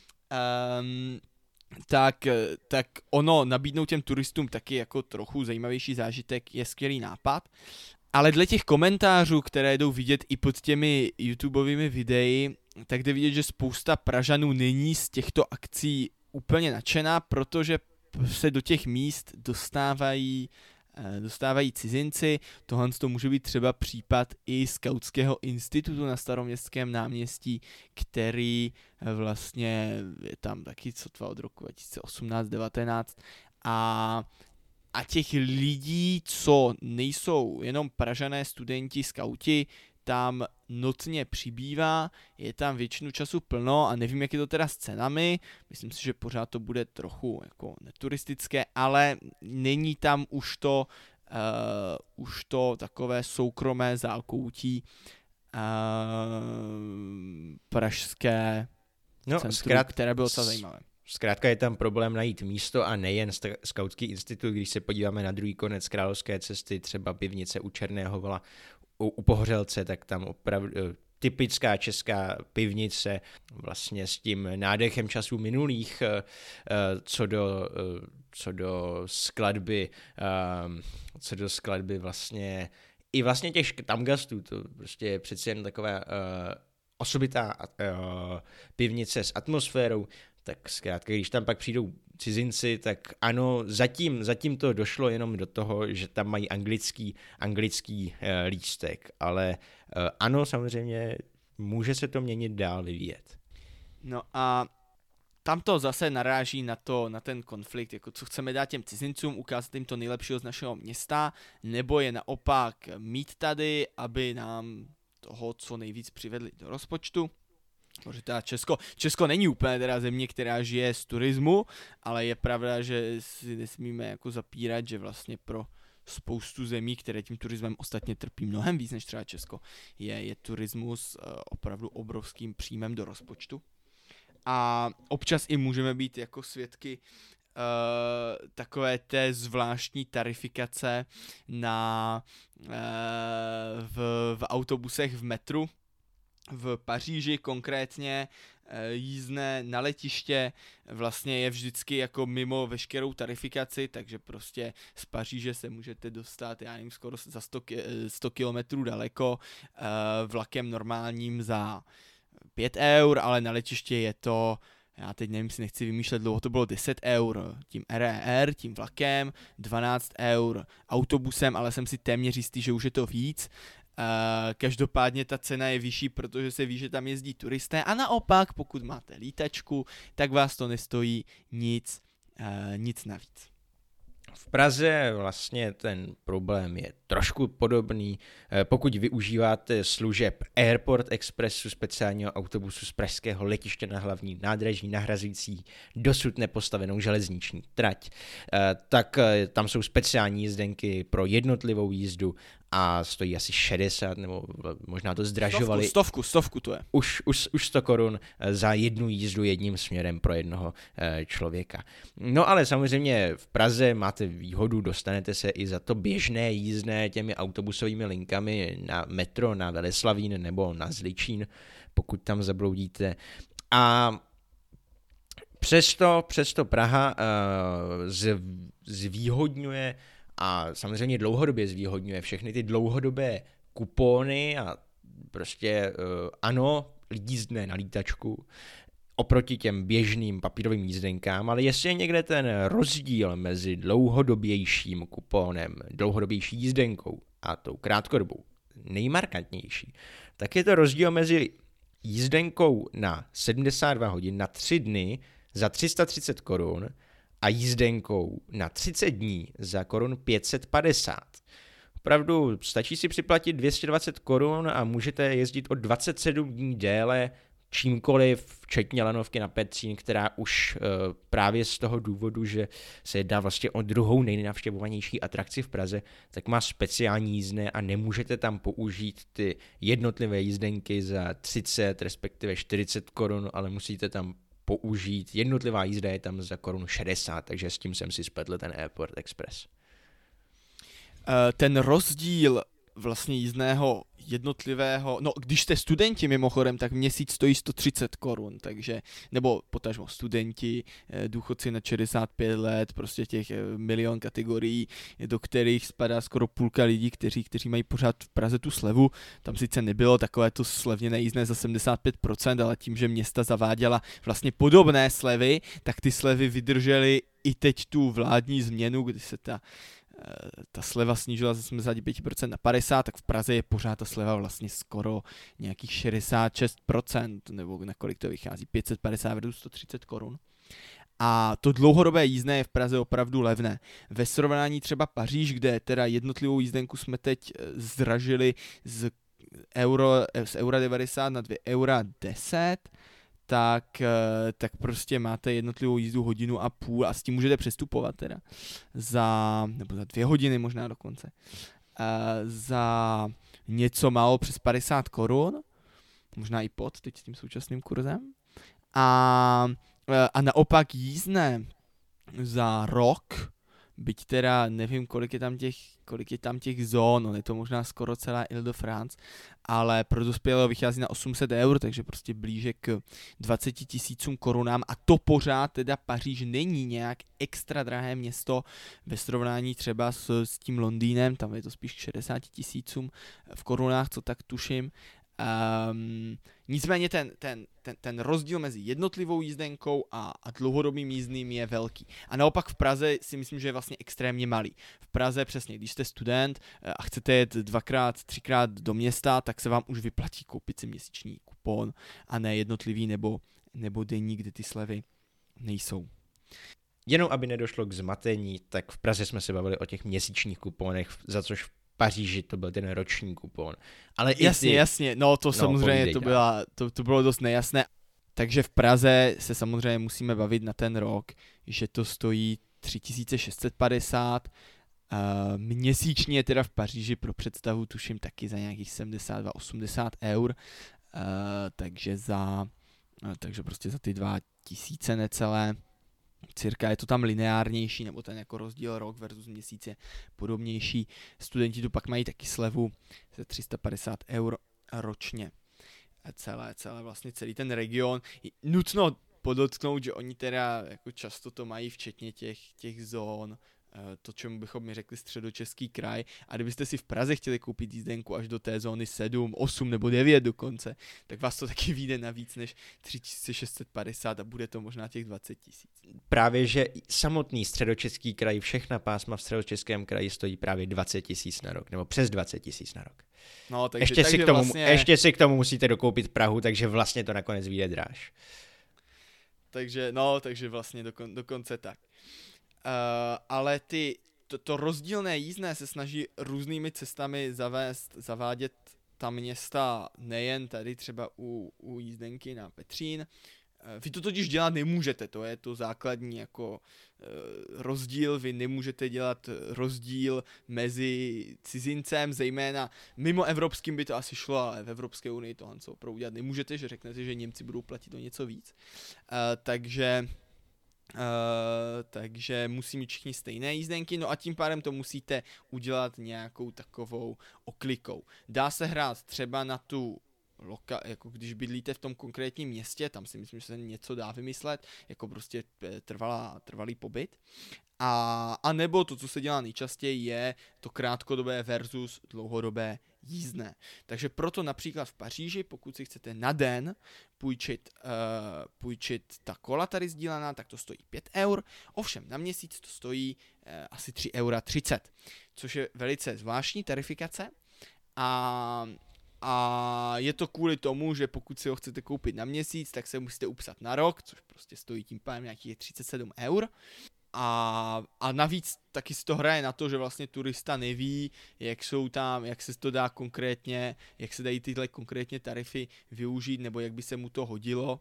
Um, tak, tak ono nabídnout těm turistům taky jako trochu zajímavější zážitek je skvělý nápad. Ale dle těch komentářů, které jdou vidět i pod těmi YouTubeovými videi, tak jde vidět, že spousta Pražanů není z těchto akcí úplně nadšená, protože se do těch míst dostávají, dostávají cizinci. Tohle to může být třeba případ i Skautského institutu na Staroměstském náměstí, který vlastně je tam taky sotva od roku dva tisíce osmnáct devatenáct a a těch lidí, co nejsou jenom Pražané, studenti, skauti, tam notně přibývá, je tam většinu času plno a nevím, jak je to teda s cenami, myslím si, že pořád to bude trochu jako neturistické, ale není tam už to, uh, už to takové soukromé zákoutí uh, pražské no, centrum, zkrát... které bylo docela zajímavé. Zkrátka je tam problém najít místo a nejen Skautský institut, když se podíváme na druhý konec Královské cesty, třeba pivnice u Černého Vala, u, u Pohořelce, tak tam opravdu typická česká pivnice vlastně s tím nádechem časů minulých, co do, co do skladby, co do skladby vlastně i vlastně těch tamgastů, to prostě je přeci jen taková osobitá pivnice s atmosférou, tak zkrátka, když tam pak přijdou cizinci, tak ano, zatím, zatím to došlo jenom do toho, že tam mají anglický, anglický e, lístek, ale e, ano, samozřejmě může se to měnit dál vyvíjet. No a tam to zase naráží na, to, na ten konflikt, jako co chceme dát těm cizincům, ukázat jim to nejlepšího z našeho města, nebo je naopak mít tady, aby nám toho co nejvíc přivedli do rozpočtu. Protože teda Česko, Česko není úplně teda země, která žije z turismu, ale je pravda, že si nesmíme jako zapírat, že vlastně pro spoustu zemí, které tím turismem ostatně trpí mnohem víc než třeba Česko, je, je turismus uh, opravdu obrovským příjmem do rozpočtu. A občas i můžeme být jako svědky uh, takové té zvláštní tarifikace na, uh, v, v autobusech v metru. V Paříži konkrétně jízdné na letiště vlastně je vždycky jako mimo veškerou tarifikaci, takže prostě z Paříže se můžete dostat, já nevím, skoro za sto kilometrů daleko, vlakem normálním za pět eur, ale na letiště je to, já teď nevím, si nechci vymýšlet, dlouho to bylo deset eur tím R E R, tím vlakem, dvanáct eur autobusem, ale jsem si téměř jistý, že už je to víc. Uh, každopádně ta cena je vyšší, protože se ví, že tam jezdí turisté a naopak, pokud máte lítačku, tak vás to nestojí nic, uh, nic navíc. V Praze vlastně ten problém je trošku podobný. Pokud využíváte služeb Airport Expressu, speciálního autobusu z pražského letiště na hlavní nádraží nahrazující dosud nepostavenou železniční trať, tak tam jsou speciální jízdenky pro jednotlivou jízdu a stojí asi šedesát, nebo možná to zdražovali. Stovku, stovku, stovku to je. Už, už, už sto korun za jednu jízdu jedním směrem pro jednoho člověka. No ale samozřejmě v Praze máte výhodu, dostanete se i za to běžné jízdné těmi autobusovými linkami na metro, na Veleslavín nebo na Zličín, pokud tam zabloudíte. A přesto, přesto Praha uh, z, zvýhodňuje a samozřejmě dlouhodobě zvýhodňuje všechny ty dlouhodobé kupóny a prostě uh, ano, jízdné na lítačku oproti těm běžným papírovým jízdenkám, ale jestli je někde ten rozdíl mezi dlouhodobějším kupónem, dlouhodobější jízdenkou a tou krátkodobou nejmarkantnější, tak je to rozdíl mezi jízdenkou na sedmdesát dva hodin na tři dny za tři sta třicet korun a jízdenkou na třicet dní za korun pět set padesát. Opravdu stačí si připlatit dvě stě dvacet korun a můžete jezdit o dvacet sedm dní déle čímkoliv, včetně lanovky na Petřín, která už uh, právě z toho důvodu, že se jedná vlastně o druhou nejnavštěvovanější atrakci v Praze, tak má speciální jízdné a nemůžete tam použít ty jednotlivé jízdenky za třicet, respektive čtyřicet korun, ale musíte tam použít, jednotlivá jízda je tam za korunu šedesát, takže s tím jsem si spletl ten Airport Express. Ten rozdíl vlastně jízdného jednotlivého, no když jste studenti mimochodem, tak měsíc stojí sto třicet korun, takže, nebo potažmo studenti, důchodci na šedesát pět let, prostě těch milion kategorií, do kterých spadá skoro půlka lidí, kteří, kteří mají pořád v Praze tu slevu. Tam sice nebylo takové to slevněné jízdné za sedmdesát pět procent, ale tím, že města zaváděla vlastně podobné slevy, tak ty slevy vydržely i teď tu vládní změnu, kdy se ta ta sleva snížila ze sedmdesát pět procent na padesát procent, tak v Praze je pořád ta sleva vlastně skoro nějakých šedesát šest procent, nebo na kolik to vychází, pět set padesát versus sto třicet korun. A to dlouhodobé jízdné je v Praze opravdu levné. Ve srovnání třeba Paříž, kde teda jednotlivou jízdenku jsme teď zdražili z, euro, z eura devadesát na dvě eura deset, tak, tak prostě máte jednotlivou jízdu hodinu a půl a s tím můžete přestupovat teda za, nebo za dvě hodiny možná dokonce, za něco málo přes padesát korun, možná i pod teď s tím současným kurzem. A, a naopak jízdné za rok, byť teda nevím, kolik je tam těch, kolik je tam těch zón, on je to možná skoro celá Ile-de-France, ale pro dospělého vychází na osm set eur, takže prostě blíže k dvacet tisícům korunám a to pořád teda Paříž není nějak extra drahé město ve srovnání třeba s, s tím Londýnem, tam je to spíš k šedesáti tisícům v korunách, co tak tuším. Um, nicméně ten, ten, ten, ten rozdíl mezi jednotlivou jízdenkou a, a dlouhodobým jízdným je velký. A naopak v Praze si myslím, že je vlastně extrémně malý. V Praze přesně, když jste student a chcete jet dvakrát, třikrát do města, tak se vám už vyplatí koupit si měsíční kupon a ne jednotlivý nebo, nebo denní, kde ty slevy nejsou. Jenom aby nedošlo k zmatení, tak v Praze jsme se bavili o těch měsíčních kuponech, za což v Paříži to byl ten roční kupon. Ale jasně, ty... jasně, no to no, samozřejmě to, byla, to, to bylo dost nejasné. Takže v Praze se samozřejmě musíme bavit na ten rok, že to stojí tři tisíce šest set padesát, uh, měsíčně teda v Paříži pro představu tuším taky za nějakých sedmdesát dva osmdesát eur, uh, takže za, uh, takže prostě za ty dva tisíce necelé. Cirka je to tam lineárnější, nebo ten jako rozdíl rok versus měsíc je podobnější. Studenti tu pak mají taky slevu za tři sta padesát eur ročně. celé, celé vlastně celý ten region. Nutno podotknout, že oni teda jako často to mají včetně těch, těch zón, to, čemu bychom mi řekli středočeský kraj. A kdybyste si v Praze chtěli koupit jízdenku až do té zóny sedm, osm nebo devět dokonce, tak vás to taky vyjde na víc než tři tisíce šest set padesát a bude to možná těch dvacet tisíc. Právě, že samotný středočeský kraj, všechna pásma v středočeském kraji stojí právě dvacet tisíc na rok, nebo přes dvacet tisíc na rok. No, takže, ještě, takže si k tomu, vlastně... ještě si k tomu musíte dokoupit Prahu, takže vlastně to nakonec vyjde dráž. Takže, no, takže vlastně dokon, dokonce tak. Uh, ale ty, to, to rozdílné jízdné se snaží různými cestami zavést, zavádět ta města nejen tady třeba u, u jízdenky na Petřín. Uh, vy to totiž dělat nemůžete, to je to základní jako uh, rozdíl, vy nemůžete dělat rozdíl mezi cizincem, zejména mimo evropským by to asi šlo, ale v Evropské unii to opravdu udělat nemůžete, že řeknete, že Němci budou platit o něco víc. Uh, takže... Uh, takže musí mít všichni stejné jízdenky, no a tím pádem to musíte udělat nějakou takovou oklikou. Dá se hrát třeba na tu loka, jako když bydlíte v tom konkrétním městě, tam si myslím, že se něco dá vymyslet, jako prostě trvalá, trvalý pobyt. A, a nebo to, co se dělá nejčastěji, je to krátkodobé versus dlouhodobé jízdné. Takže proto například v Paříži, pokud si chcete na den půjčit, uh, půjčit ta kola tady sdílená, tak to stojí pět eur, ovšem na měsíc to stojí uh, asi tři eura třicet, což je velice zvláštní tarifikace a A je to kvůli tomu, že pokud si ho chcete koupit na měsíc, tak se musíte upsat na rok, což prostě stojí tím pádem nějakých třicet sedm eur. A, a navíc taky si to hraje na to, že vlastně turista neví, jak jsou tam, jak se to dá konkrétně, jak se dají tyhle konkrétně tarify využít, nebo jak by se mu to hodilo.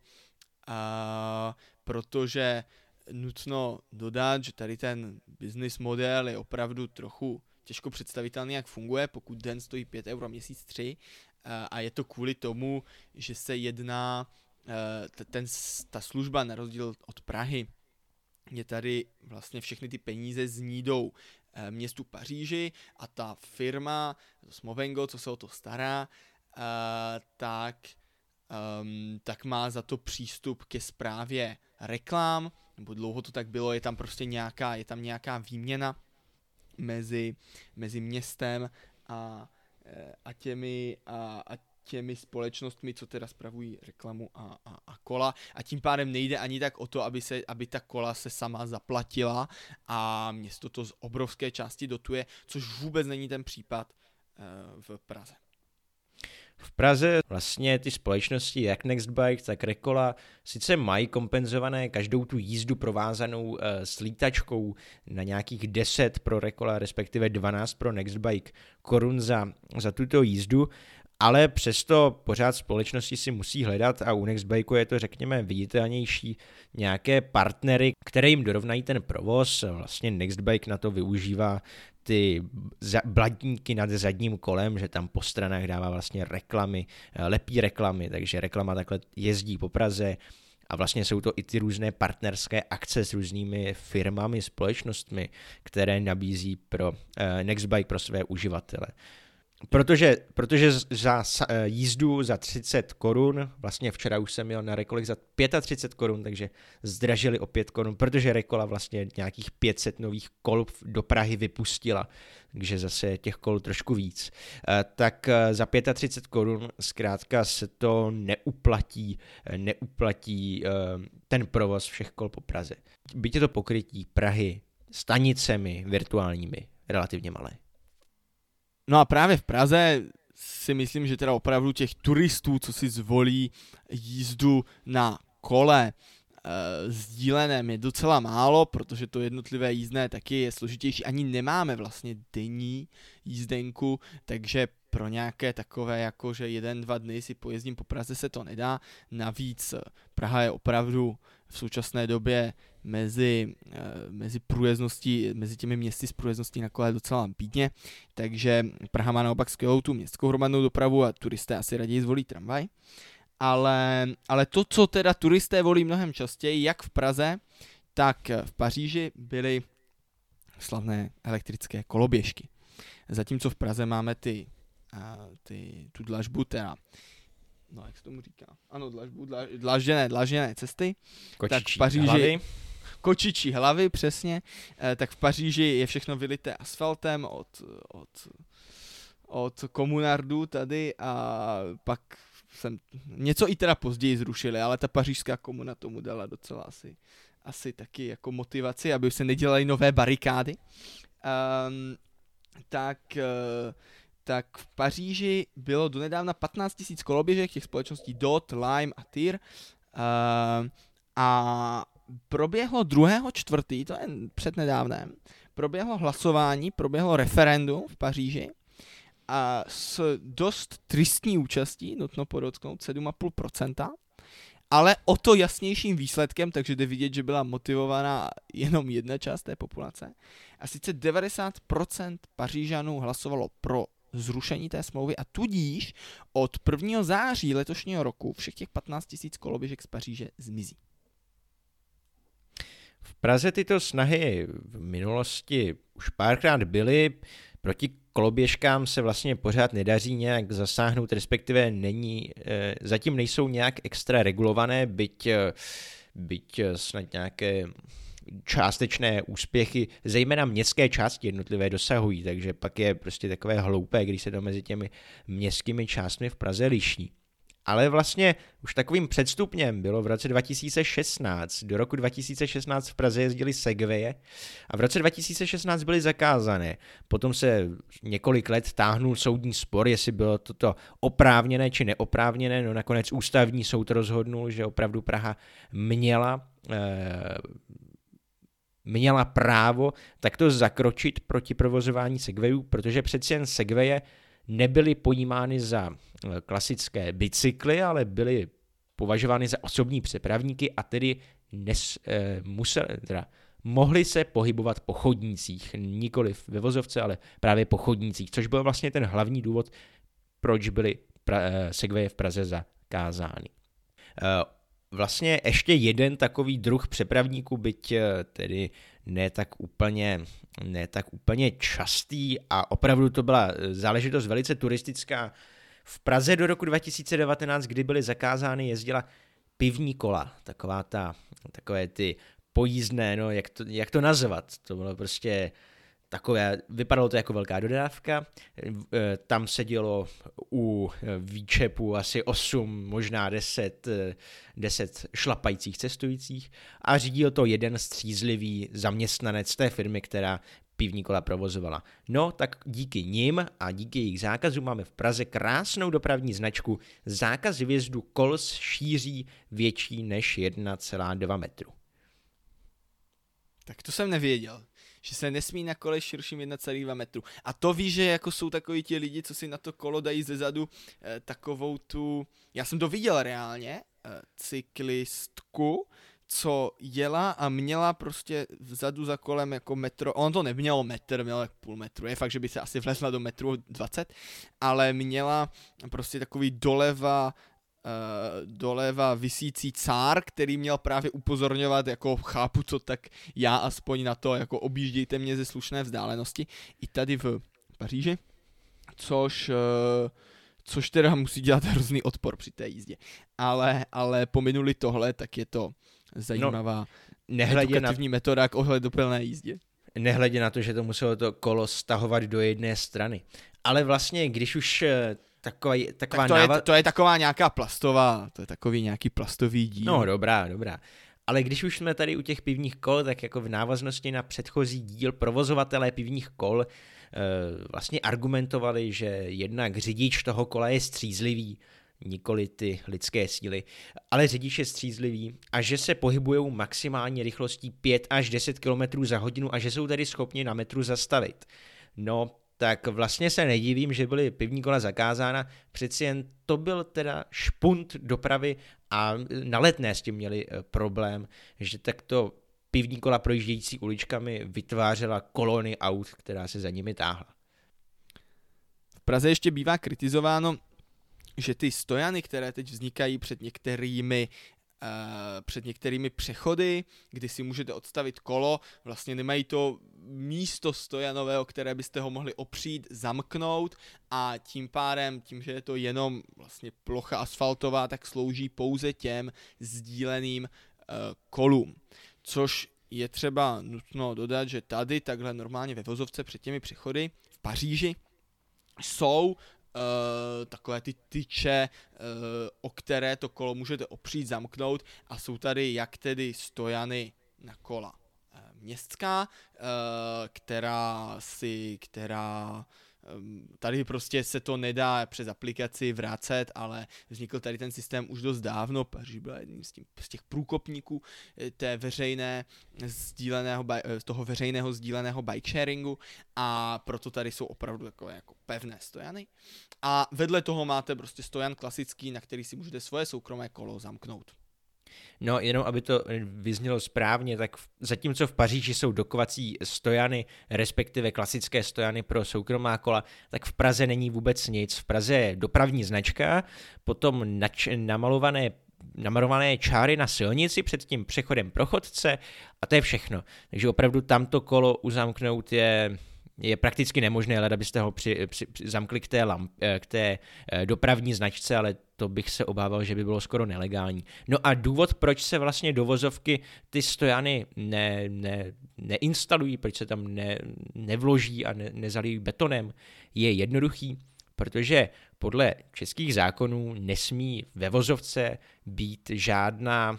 A, protože nutno dodat, že tady ten business model je opravdu trochu těžko představitelný, jak funguje, pokud den stojí pět eur a měsíc tři. A je to kvůli tomu, že se jedná, ten, ta služba na rozdíl od Prahy, je tady vlastně všechny ty peníze znídou městu Paříži a ta firma, Smovengo, co se o to stará, tak, tak má za to přístup ke správě reklám, nebo dlouho to tak bylo, je tam prostě nějaká, je tam nějaká výměna mezi, mezi městem a a těmi, a, a těmi společnostmi, co teda spravují reklamu a, a, a kola. A tím pádem nejde ani tak o to, aby, se, aby ta kola se sama zaplatila a město to z obrovské části dotuje, což vůbec není ten případ uh, v Praze. V Praze vlastně ty společnosti, jak Nextbike, tak Rekola, sice mají kompenzované každou tu jízdu provázanou e, s lítačkou na nějakých deset pro Rekola, respektive dvanáct pro Nextbike korun za, za tuto jízdu, ale přesto pořád společnosti si musí hledat a u Nextbikeu je to, řekněme, viditelnější nějaké partnery, které jim dorovnají ten provoz. Vlastně Nextbike na to využívá ty blatníky nad zadním kolem, že tam po stranách dává vlastně reklamy, lepí reklamy, takže reklama takhle jezdí po Praze a vlastně jsou to i ty různé partnerské akce s různými firmami, společnostmi, které nabízí pro Nextbike pro své uživatele. Protože, protože za jízdu za třicet korun, vlastně včera už jsem jel na Rekolek za třicet pět korun, takže zdražili o pět korun, protože Rekola vlastně nějakých pět set nových kol do Prahy vypustila, takže zase těch kol trošku víc. Tak za třicet pět korun zkrátka se to neuplatí, neuplatí ten provoz všech kol po Praze. Byť je to pokrytí Prahy stanicemi virtuálními relativně malé. No a právě v Praze si myslím, že teda opravdu těch turistů, co si zvolí jízdu na kole e, sdíleném, je docela málo, protože to jednotlivé jízdné taky je složitější. Ani nemáme vlastně denní jízdenku, takže pro nějaké takové jako, že jeden, dva dny si pojezdím po Praze se to nedá. Navíc Praha je opravdu v současné době mezi, mezi průjezdností, mezi těmi městy s průjezdností na kole docela bídně, takže Praha má naopak skvělou tu městskou hromadnou dopravu a turisté asi raději zvolí tramvaj. Ale, ale to, co teda turisté volí mnohem častěji, jak v Praze, tak v Paříži, byly slavné elektrické koloběžky. Zatímco v Praze máme ty, ty tu dlažbu teda no jak se tomu říká, ano, dlažbu, dla, dlažděné, dlažděné cesty. Kočičí tak v Paříži, hlavy. Kočičí hlavy, přesně. Eh, tak v Paříži je všechno vylité asfaltem od, od, od komunardů tady a pak jsem, něco i teda později zrušili, ale ta pařížská komuna tomu dala docela asi, asi taky jako motivaci, aby se nedělaly nové barikády. Um, tak... Uh, tak v Paříži bylo donedávna patnáct tisíc koloběžek těch společností Dot, Lime a Tir. Uh, a proběhlo druhého čtvrtý, to je přednedávném, proběhlo hlasování, proběhlo referendum v Paříži a s dost tristní účastí, nutno podotknout, sedm celá pět procenta, ale o to jasnějším výsledkem, takže jde vidět, že byla motivovaná jenom jedna část té populace. A sice devadesát procent Pařížanů hlasovalo pro zrušení té smlouvy a tudíž od prvního září letošního roku všech těch patnáct tisíc koloběžek z Paříže zmizí. V Praze tyto snahy v minulosti už párkrát byly. Proti koloběžkám se vlastně pořád nedaří nějak zasáhnout, respektive není, zatím nejsou nějak extra regulované, byť, byť snad nějaké částečné úspěchy, zejména městské části jednotlivé dosahují, takže pak je prostě takové hloupé, když se to mezi těmi městskými částmi v Praze liší. Ale vlastně už takovým předstupněm bylo v roce dva tisíce šestnáct. Do roku dva tisíce šestnáct v Praze jezdili segwaye a v roce dva tisíce šestnáct byly zakázané. Potom se několik let táhnul soudní spor, jestli bylo toto oprávněné či neoprávněné. No nakonec ústavní soud rozhodnul, že opravdu Praha měla eh, měla právo takto zakročit proti provozování segwayů, protože přeci jen segwaye nebyly pojímány za klasické bicykly, ale byly považovány za osobní přepravníky a tedy nes, eh, museli, teda, mohly se pohybovat po chodnících, nikoliv ve vozovce, ale právě po chodnících, což byl vlastně ten hlavní důvod, proč byly pra, eh, segwaye v Praze zakázány. Eh, Vlastně ještě jeden takový druh přepravníků, byť tedy ne tak úplně, ne tak úplně častý a opravdu to byla záležitost velice turistická. V Praze do roku dva tisíce devatenáct, kdy byly zakázány, jezdila pivní kola, taková ta, takové ty pojízdné, no jak to, jak to nazvat, to bylo prostě takové, vypadalo to jako velká dodávka, tam sedělo u výčepu asi osm, možná deset, deset šlapajících cestujících a řídil to jeden střízlivý zaměstnanec té firmy, která pivní kola provozovala. No, tak díky nim a díky jejich zákazu máme v Praze krásnou dopravní značku zákaz vjezdu kol s šíří větší než jedna celá dva metru. Tak to jsem nevěděl, že se nesmí na kole širším jedna celá dva metru. A to víš, že jako jsou takoví ti lidi, co si na to kolo dají zezadu eh, takovou tu, já jsem to viděl reálně, eh, cyklistku, co jela a měla prostě vzadu za kolem jako metro, ono to nemělo metr, mělo jako půl metru, je fakt, že by se asi vlezla do metru dvacet, ale měla prostě takový doleva, Uh, doleva visící cár, který měl právě upozorňovat, jako chápu to, tak já aspoň na to, jako objíždějte mě ze slušné vzdálenosti, i tady v Paříži, což, uh, což teda musí dělat hrozný odpor při té jízdě. Ale, ale pominuli tohle, tak je to zajímavá no, edukativní na... metoda k ohleduplné jízdě. Nehledě na to, že to muselo to kolo stahovat do jedné strany. Ale vlastně, když už taková, taková tak to, náva... je, to je taková nějaká plastová, to je takový nějaký plastový díl. No dobrá, dobrá. Ale když už jsme tady u těch pivních kol, tak jako v návaznosti na předchozí díl provozovatelé pivních kol e, vlastně argumentovali, že jednak řidič toho kola je střízlivý, nikoli ty lidské síly, ale řidič je střízlivý a že se pohybují maximální rychlostí pět až deset kilometrů za hodinu a že jsou tedy schopni na metru zastavit. No, tak vlastně se nedivím, že byly pivní kola zakázána, přeci jen to byl teda špunt dopravy a na Letné s tím měli problém, že takto pivní kola projíždějící uličkami vytvářela kolony aut, která se za nimi táhla. V Praze ještě bývá kritizováno, že ty stojany, které teď vznikají před některými před některými přechody, kdy si můžete odstavit kolo, vlastně nemají to místo stojanového, které byste ho mohli opřít, zamknout a tím pádem, tím, že je to jenom vlastně plocha asfaltová, tak slouží pouze těm sdíleným uh, kolům. Což je třeba nutno dodat, že tady takhle normálně ve vozovce před těmi přechody v Paříži jsou Uh, takové ty tyče, uh, o které to kolo můžete opřít, zamknout a jsou tady jak tedy stojany na kola uh, městská, uh, která si, která um, tady prostě se to nedá přes aplikaci vracet, ale vznikl tady ten systém už dost dávno, Paříž byla jedním z, tím, z těch průkopníků té veřejné sdíleného, toho veřejného sdíleného bike sharingu a proto tady jsou opravdu takové jako pevné stojany. A vedle toho máte prostě stojan klasický, na který si můžete svoje soukromé kolo zamknout. No, jenom aby to vyznělo správně, tak v, zatímco v Paříži jsou dokovací stojany, respektive klasické stojany pro soukromá kola, tak v Praze není vůbec nic. V Praze je dopravní značka, potom nač, namalované namalované čáry na silnici před tím přechodem pro chodce a to je všechno. Takže opravdu tamto kolo uzamknout je... je prakticky nemožné, ale abyste ho při, při, při, zamkli k té, lamp, k té dopravní značce, ale to bych se obával, že by bylo skoro nelegální. No a důvod, proč se vlastně do vozovky ty stojany ne, ne, neinstalují, proč se tam ne, nevloží a ne, nezalijí betonem, je jednoduchý, protože podle českých zákonů nesmí ve vozovce být žádná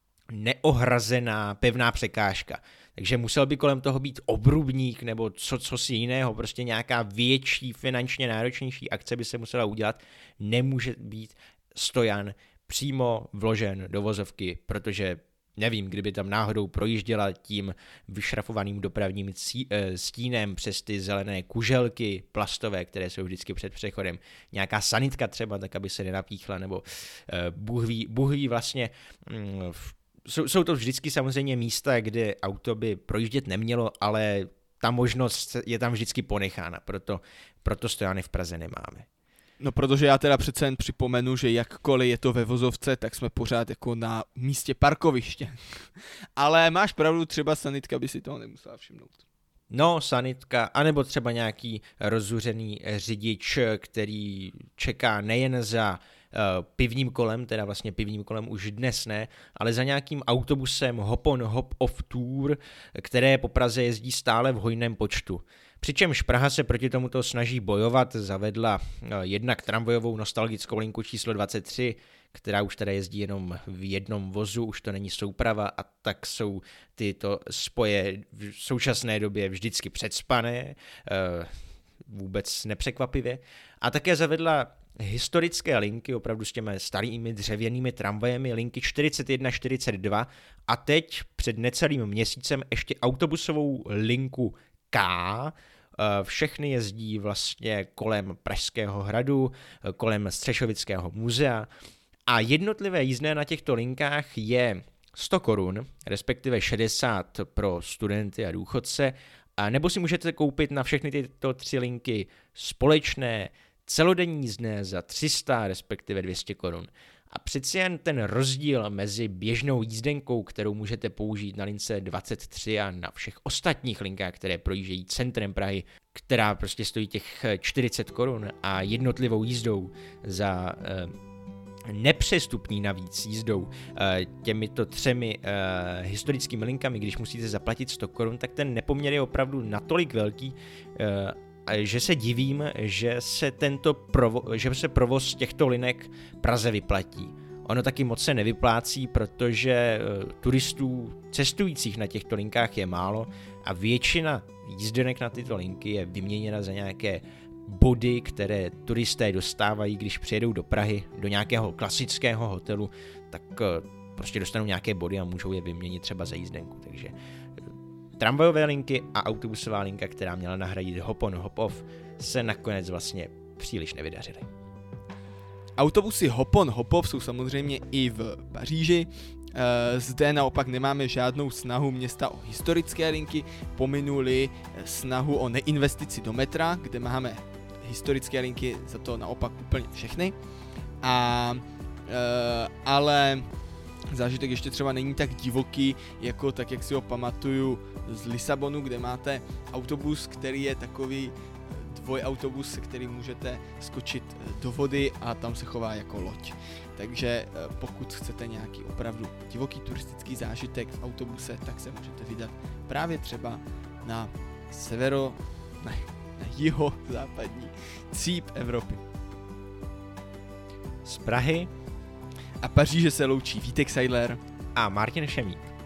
neohrazená pevná překážka. Takže musel by kolem toho být obrubník nebo co, co si jiného, prostě nějaká větší, finančně náročnější akce by se musela udělat. Nemůže být stojan přímo vložen do vozovky, protože nevím, kdyby tam náhodou projížděla tím vyšrafovaným dopravním stínem přes ty zelené kuželky plastové, které jsou vždycky před přechodem. Nějaká sanitka třeba, tak aby se nenapíchla, nebo uh, Bůh ví, Bůh ví vlastně um, v Jsou, jsou to vždycky samozřejmě místa, kde auto by projíždět nemělo, ale ta možnost je tam vždycky ponechána, proto, proto stojany v Praze nemáme. No protože já teda přece jen připomenu, že jakkoliv je to ve vozovce, tak jsme pořád jako na místě parkoviště. Ale máš pravdu, třeba sanitka by si toho nemusela všimnout. No, sanitka, anebo třeba nějaký rozzuřený řidič, který čeká nejen za uh, pivním kolem, teda vlastně pivním kolem už dnes ne, ale za nějakým autobusem hop-on, hop-off tour, které po Praze jezdí stále v hojném počtu. Přičemž Praha se proti tomuto snaží bojovat, zavedla uh, jednak tramvajovou nostalgickou linku číslo dvacet tři, která už teda jezdí jenom v jednom vozu, už to není souprava a tak jsou tyto spoje v současné době vždycky předspané, vůbec nepřekvapivě. A také zavedla historické linky, opravdu s těmi starými dřevěnými tramvajemi, linky čtyřicet jedna čtyřicet dva a teď před necelým měsícem ještě autobusovou linku K. Všechny jezdí vlastně kolem Pražského hradu, kolem Střešovického muzea. A jednotlivé jízdné na těchto linkách je sto korun, respektive šedesát pro studenty a důchodce, a nebo si můžete koupit na všechny tyto tři linky společné celodenní jízdné za tři sta, respektive dvě stě korun. A přeci jen ten rozdíl mezi běžnou jízdenkou, kterou můžete použít na lince dvacet tři a na všech ostatních linkách, které projíždějí centrem Prahy, která prostě stojí těch čtyřicet korun, a jednotlivou jízdou za eh, nepřestupní navíc jízdou těmito třemi uh, historickými linkami, když musíte zaplatit sto korun, tak ten nepoměr je opravdu natolik velký, uh, že se divím, že se, tento provo- že se provoz těchto linek Praze vyplatí. Ono taky moc se nevyplácí, protože uh, turistů cestujících na těchto linkách je málo a většina jízdenek na tyto linky je vyměněna za nějaké body, které turisté dostávají, když přijedou do Prahy, do nějakého klasického hotelu, tak prostě dostanou nějaké body a můžou je vyměnit třeba za jízdenku. Takže tramvajové linky a autobusová linka, která měla nahradit hop-on, hop-off, se nakonec vlastně příliš nevydařily. Autobusy hop-on, hop-off jsou samozřejmě i v Paříži. Zde naopak nemáme žádnou snahu města o historické linky, pominuli snahu o neinvestici do metra, kde máme historické linky za to naopak úplně všechny. A, ale zážitek ještě třeba není tak divoký, jako tak, jak si ho pamatuju z Lisabonu, kde máte autobus, který je takový dvojautobus, se kterým můžete skočit do vody a tam se chová jako loď. Takže pokud chcete nějaký opravdu divoký turistický zážitek v autobuse, tak se můžete vydat právě třeba na severo, ne, na jihozápadní cíp Evropy. Z Prahy a Paříže se loučí Vítek Seidler a Martin Šemík.